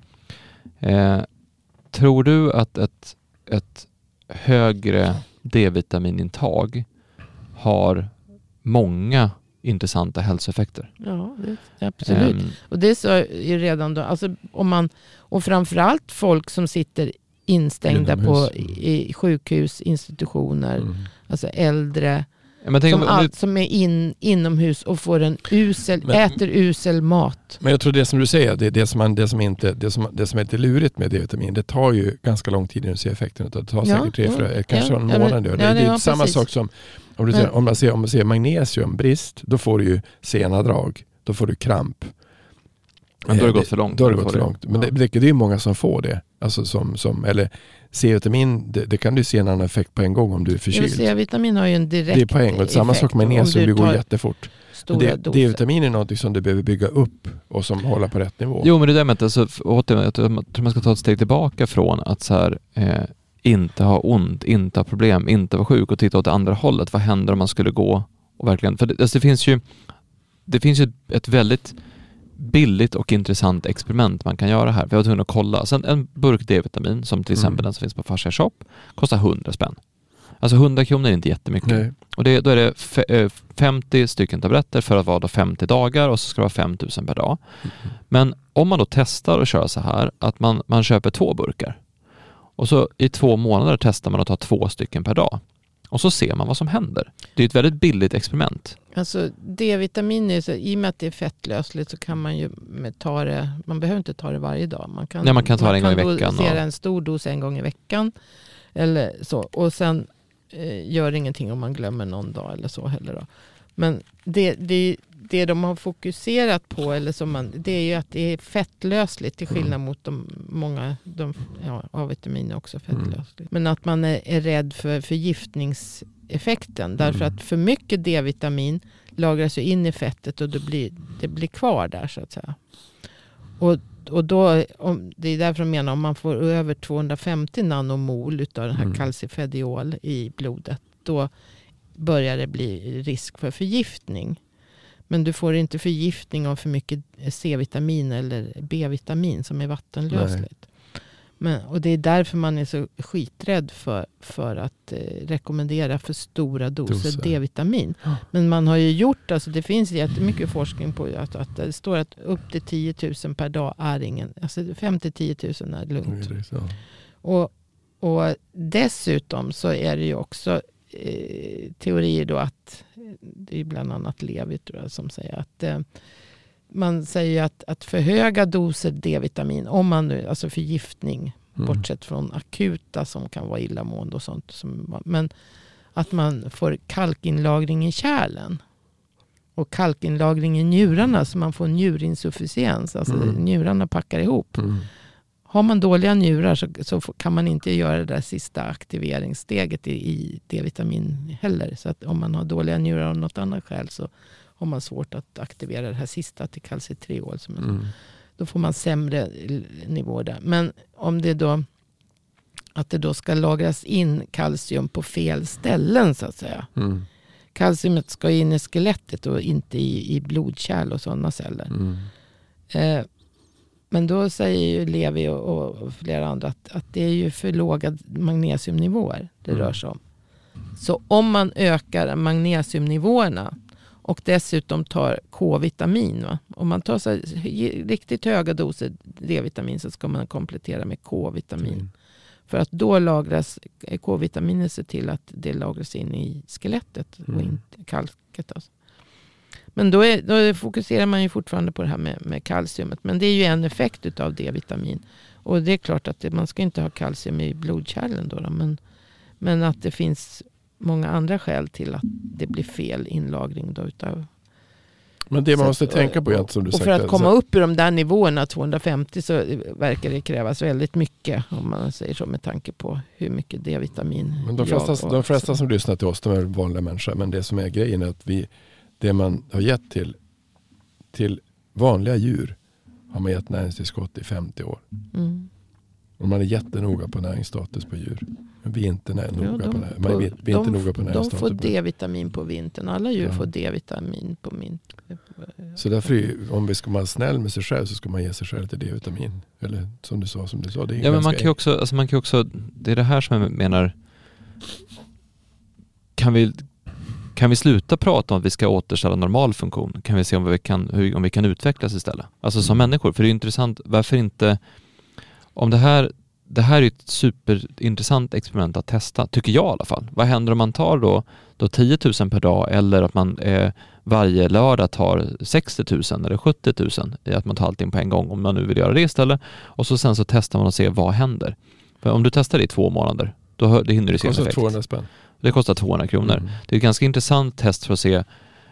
Speaker 1: tror du att ett högre D-vitaminintag har många intressanta hälsoeffekter?
Speaker 2: Ja, absolut. Och det så är redan då, alltså och framförallt folk som sitter instängda i sjukhus, institutioner, alltså äldre, som är inomhus och får äter usel mat.
Speaker 3: Men jag tror det som du säger, det som är lite lurigt med D-vitamin, det tar ju ganska lång tid innan du ser effekten. Det tar säkert kanske en månad. Det är samma sak som om man ser magnesiumbrist, då får du ju sena drag, då får du kramp.
Speaker 1: Men då har det gått för långt.
Speaker 3: Då har det gått för långt. Men det är ju många som får det. Alltså eller C-vitamin, det kan du se en annan effekt på en gång om du är förkyld.
Speaker 2: C-vitamin har ju en direkt
Speaker 3: det är på en gång. Samma sak med magnesium, det går jättefort. D-vitamin är något som du behöver bygga upp och som håller på rätt nivå.
Speaker 1: Jo, men det där med att jag tror man ska ta ett steg tillbaka från att så här, inte ha ont, inte ha problem, inte vara sjuk och titta åt det andra hållet. Vad händer om man skulle gå och verkligen... För det finns ju ett väldigt billigt och intressant experiment man kan göra här. Vi var tvungna att kolla. Sen en burk D-vitamin, som till exempel den som finns på Fascia Shop, kostar 100 spänn. Alltså 100 kronor är inte jättemycket. Nej. Och då är det 50 stycken tabletter för att vara 50 dagar och så ska det vara 5 000 per dag. Men om man då testar att köra så här, att man köper 2 burkar. Och så i 2 månader testar man att ta 2 stycken per dag. Och så ser man vad som händer. Det är ett väldigt billigt experiment.
Speaker 2: Alltså D-vitamin är så, i och med att det är fettlösligt så kan man ju ta det, man behöver inte ta det varje dag. Man kan
Speaker 1: ta det en gång i veckan. Man kan
Speaker 2: dosera en stor dos en gång i veckan. Eller så. Och sen gör ingenting om man glömmer någon dag eller så heller då. Men det de har fokuserat på det är ju att det är fettlösligt till skillnad mot A-vitamin är också fettlösligt. Men att man är rädd för förgiftningseffekten därför att för mycket D-vitamin lagras ju in i fettet och det blir kvar där så att säga. Och Och då, det är därför de menar om man får över 250 nanomol utav den här calcifediol i blodet, då börjar det bli risk för förgiftning. Men du får inte förgiftning av för mycket C-vitamin eller B-vitamin som är vattenlösligt. Och det är därför man är så skiträdd för att rekommendera för stora doser D-vitamin. Ja. Men man har ju gjort, alltså det finns jättemycket forskning på att det står att upp till 10 000 per dag är ingen, alltså 5-10 000 är lugnt. Och dessutom så är det ju också teorier då att det är bland annat Levi som säger att man säger att för höga doser D-vitamin, om man nu, alltså förgiftning, bortsett från akuta som kan vara illamående och sånt, men att man får kalkinlagring i kärlen och kalkinlagring i njurarna, så man får njurinsufficiens, alltså njurarna packar ihop. Har man dåliga njurar så kan man inte göra det där sista aktiveringssteget i D-vitamin heller. Så att om man har dåliga njurar av något annat skäl så har man svårt att aktivera det här sista till calcitriol. Då får man sämre nivåer där. Men om det då att det då ska lagras in kalcium på fel ställen så att säga. Kalciumet ska in i skelettet och inte i blodkärl och sådana celler. Men då säger ju Levi och flera andra att det är ju för låga magnesiumnivåer det rör sig om. Så om man ökar magnesiumnivåerna och dessutom tar K-vitamin, om man tar så riktigt höga doser D-vitamin så ska man komplettera med K-vitamin. För att då lagras K-vitaminet, se till att det lagras in i skelettet och inte kalket. Alltså. Men då fokuserar man ju fortfarande på det här med kalciumet. Men det är ju en effekt av D-vitamin. Och det är klart att man ska inte ha kalcium i blodkärlen då. Men att det finns många andra skäl till att det blir fel inlagring då utav.
Speaker 3: Men det man måste tänka på är att, som du
Speaker 2: och
Speaker 3: sagt,
Speaker 2: för att komma upp i de där nivåerna 250 så verkar det krävas väldigt mycket, om man säger så, med tanke på hur mycket D-vitamin.
Speaker 3: Men de flesta som lyssnar till oss, de är vanliga människor. Men det som är grejen är att det man har gett till vanliga djur har man gett näringstillskott i 50 år. Och man är jättenoga på näringsstatus på djur. Men vi är inte noga på näringsstatus.
Speaker 2: De får D-vitamin på vintern. Alla djur får D-vitamin på vintern.
Speaker 3: Så därför, om vi ska vara snäll med sig själv, så ska man ge sig själv till D-vitamin. Eller som du sa. Det är
Speaker 1: men man kan ju också, det är det här som jag menar, kan vi sluta prata om att vi ska återställa normal funktion? Kan vi se om vi kan utvecklas istället? Alltså som människor. För det är intressant, varför inte, om det här är ett superintressant experiment att testa, tycker jag i alla fall. Vad händer om man tar då 10 000 per dag, eller att man varje lördag tar 60 000 eller 70 000, i att man tar allting på en gång, om man nu vill göra det istället. Och sen så testar man och ser vad händer. För om du testar det i 2 månader, det hinner du se en effekt.
Speaker 3: 200 spänn.
Speaker 1: Det kostar 200 kronor. Det är ett ganska intressant test för att se,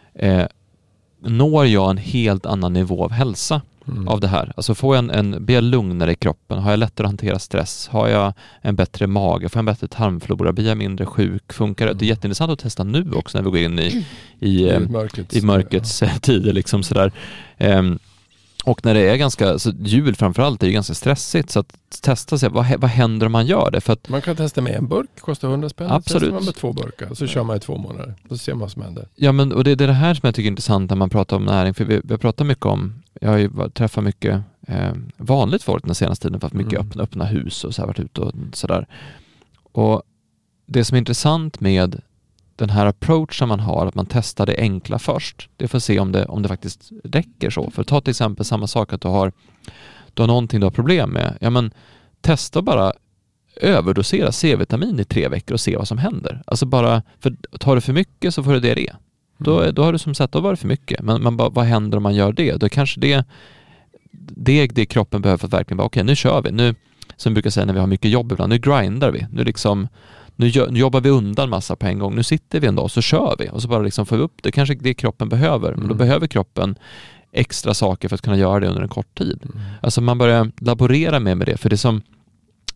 Speaker 1: når jag en helt annan nivå av hälsa av det här? Alltså blir jag lugnare i kroppen? Har jag lättare att hantera stress? Har jag en bättre mage? Får jag en bättre tarmflora? Blir jag mindre sjuk? Funkar det? Det är jätteintressant att testa nu också, när vi går in i mörkrets tider liksom sådär. Och när det är ganska, så jul framförallt är ju ganska stressigt, så att testa sig, vad händer om man gör det? För att,
Speaker 3: man kan testa med en burk, kostar 100 spänn.
Speaker 1: Absolut.
Speaker 3: Testar man med 2 burkar, så kör man i 2 månader. Då ser man vad som händer.
Speaker 1: Ja, men och det är det här som jag tycker är intressant när man pratar om näring, för vi pratar mycket om, jag har ju träffat mycket vanligt folk den senaste tiden, för att mycket öppna hus och så här, varit ute och sådär. Och det som är intressant med den här approach som man har, att man testar det enkla först. Det får se om det faktiskt räcker så. För ta till exempel samma sak, att du har någonting du har problem med. Ja, men testa bara överdosera C-vitamin i 3 veckor och se vad som händer. Alltså bara, för tar du för mycket så får du diarré. Då har du som sagt, då var det för mycket. Men vad händer om man gör det? Då kanske det kroppen behöver för att verkligen bara, okej, nu kör vi. Nu, som vi brukar säga när vi har mycket jobb ibland, nu grindar vi. Nu jobbar vi undan massa på en gång. Nu sitter vi en dag så kör vi. Och så bara liksom får vi upp det. Kanske det kroppen behöver. Men då behöver kroppen extra saker för att kunna göra det under en kort tid. Alltså man börjar laborera med det. För det som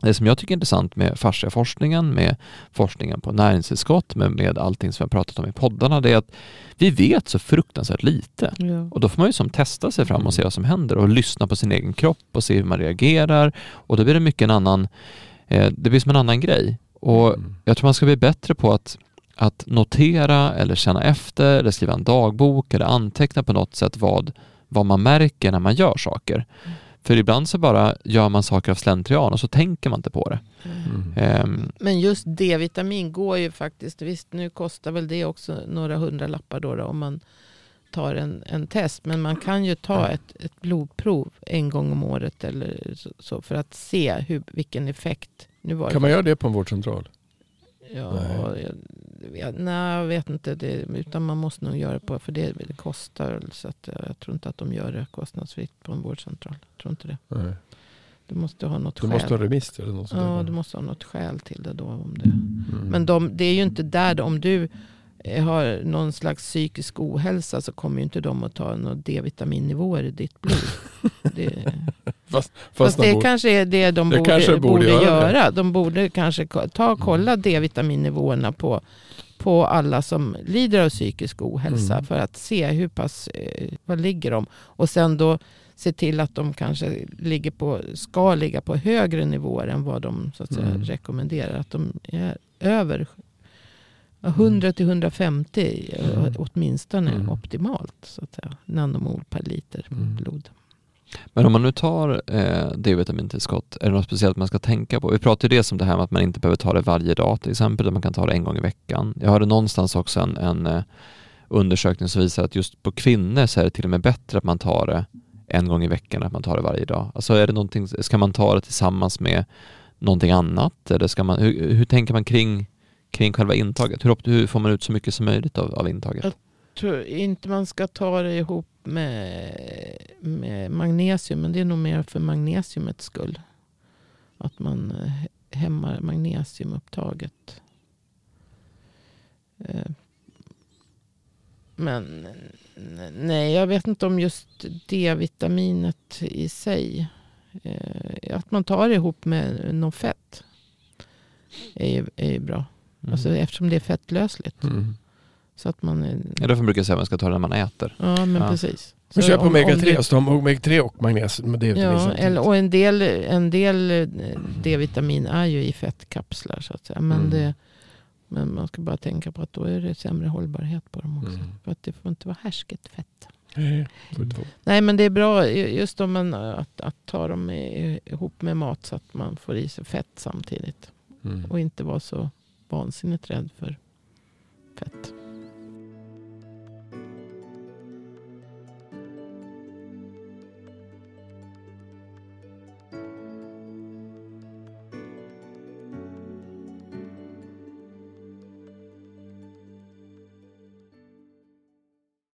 Speaker 1: Det som jag tycker är intressant med fasciaforskningen, med forskningen på näringstillskott, med allting som vi har pratat om i poddarna, det är att vi vet så fruktansvärt lite. Ja. Och då får man ju som testa sig fram och se vad som händer och lyssna på sin egen kropp och se hur man reagerar. Och då blir det mycket en annan, det blir som en annan grej. Och jag tror man ska bli bättre på att notera eller känna efter eller skriva en dagbok eller anteckna på något sätt vad man märker när man gör saker. För ibland så bara gör man saker av slentrian och så tänker man inte på det.
Speaker 2: Men just D-vitamin går ju faktiskt, visst nu kostar väl det också några 100-lappar då om man tar en test. Men man kan ju ta ett blodprov en gång om året eller så för att se vilken effekt.
Speaker 3: Kan man göra det på en vårdcentral?
Speaker 2: Ja, jag vet inte det, utan man måste nog göra det på, för det kostar, så att jag tror inte att de gör det kostnadsfritt på en vårdcentral. Jag tror inte det. Nej. Du måste ha något skäl. Du måste
Speaker 3: ha remiss eller något sånt.
Speaker 2: Ja, du måste ha något skäl till det då. Om det. Men det är ju inte där, om du har någon slags psykisk ohälsa så kommer ju inte de att ta några D-vitaminnivåer i ditt blod. Fast det kanske är det de borde göra. De borde kanske kolla D-vitaminnivåerna på alla som lider av psykisk ohälsa för att se hur pass, vad ligger de. Och sen då se till att de kanske ska ligga på högre nivåer än vad de så att säga, rekommenderar. Att de är över 100-150 åtminstone optimalt, så att säga, nanomol per liter blod.
Speaker 1: Men om man nu tar D-vitamintillskott, är det något speciellt man ska tänka på? Vi pratar ju det som det här med att man inte behöver ta det varje dag till exempel, man kan ta det en gång i veckan. Jag hörde någonstans också en undersökning som visar att just på kvinnor så är det till och med bättre att man tar det en gång i veckan än att man tar det varje dag. Alltså är det någonting, ska man ta det tillsammans med någonting annat? Eller ska man, hur tänker man kring själva intaget? Hur får man ut så mycket som möjligt av intaget?
Speaker 2: Jag tror inte man ska ta det ihop med magnesium, men det är nog mer för magnesiumets skull. Att man hämmar magnesiumupptaget. Men nej, jag vet inte om just D-vitaminet i sig. Att man tar det ihop med något fett är bra. Alltså, eftersom det är fettlösligt. Så att man
Speaker 1: ja, därför brukar jag säga att man ska ta det när man äter.
Speaker 2: Ja, men precis.
Speaker 3: Men köp omega-3, så de omega-3 och magnesium.
Speaker 2: Ja, och en del D-vitamin är ju i fettkapslar så att säga. Men man ska bara tänka på att då är det sämre hållbarhet på dem också. För att det får inte vara härsket fett. Nej, men det är bra just om man att ta dem ihop med mat så att man får i sig fett samtidigt. Och inte vara så vansinnigt rädd för fett.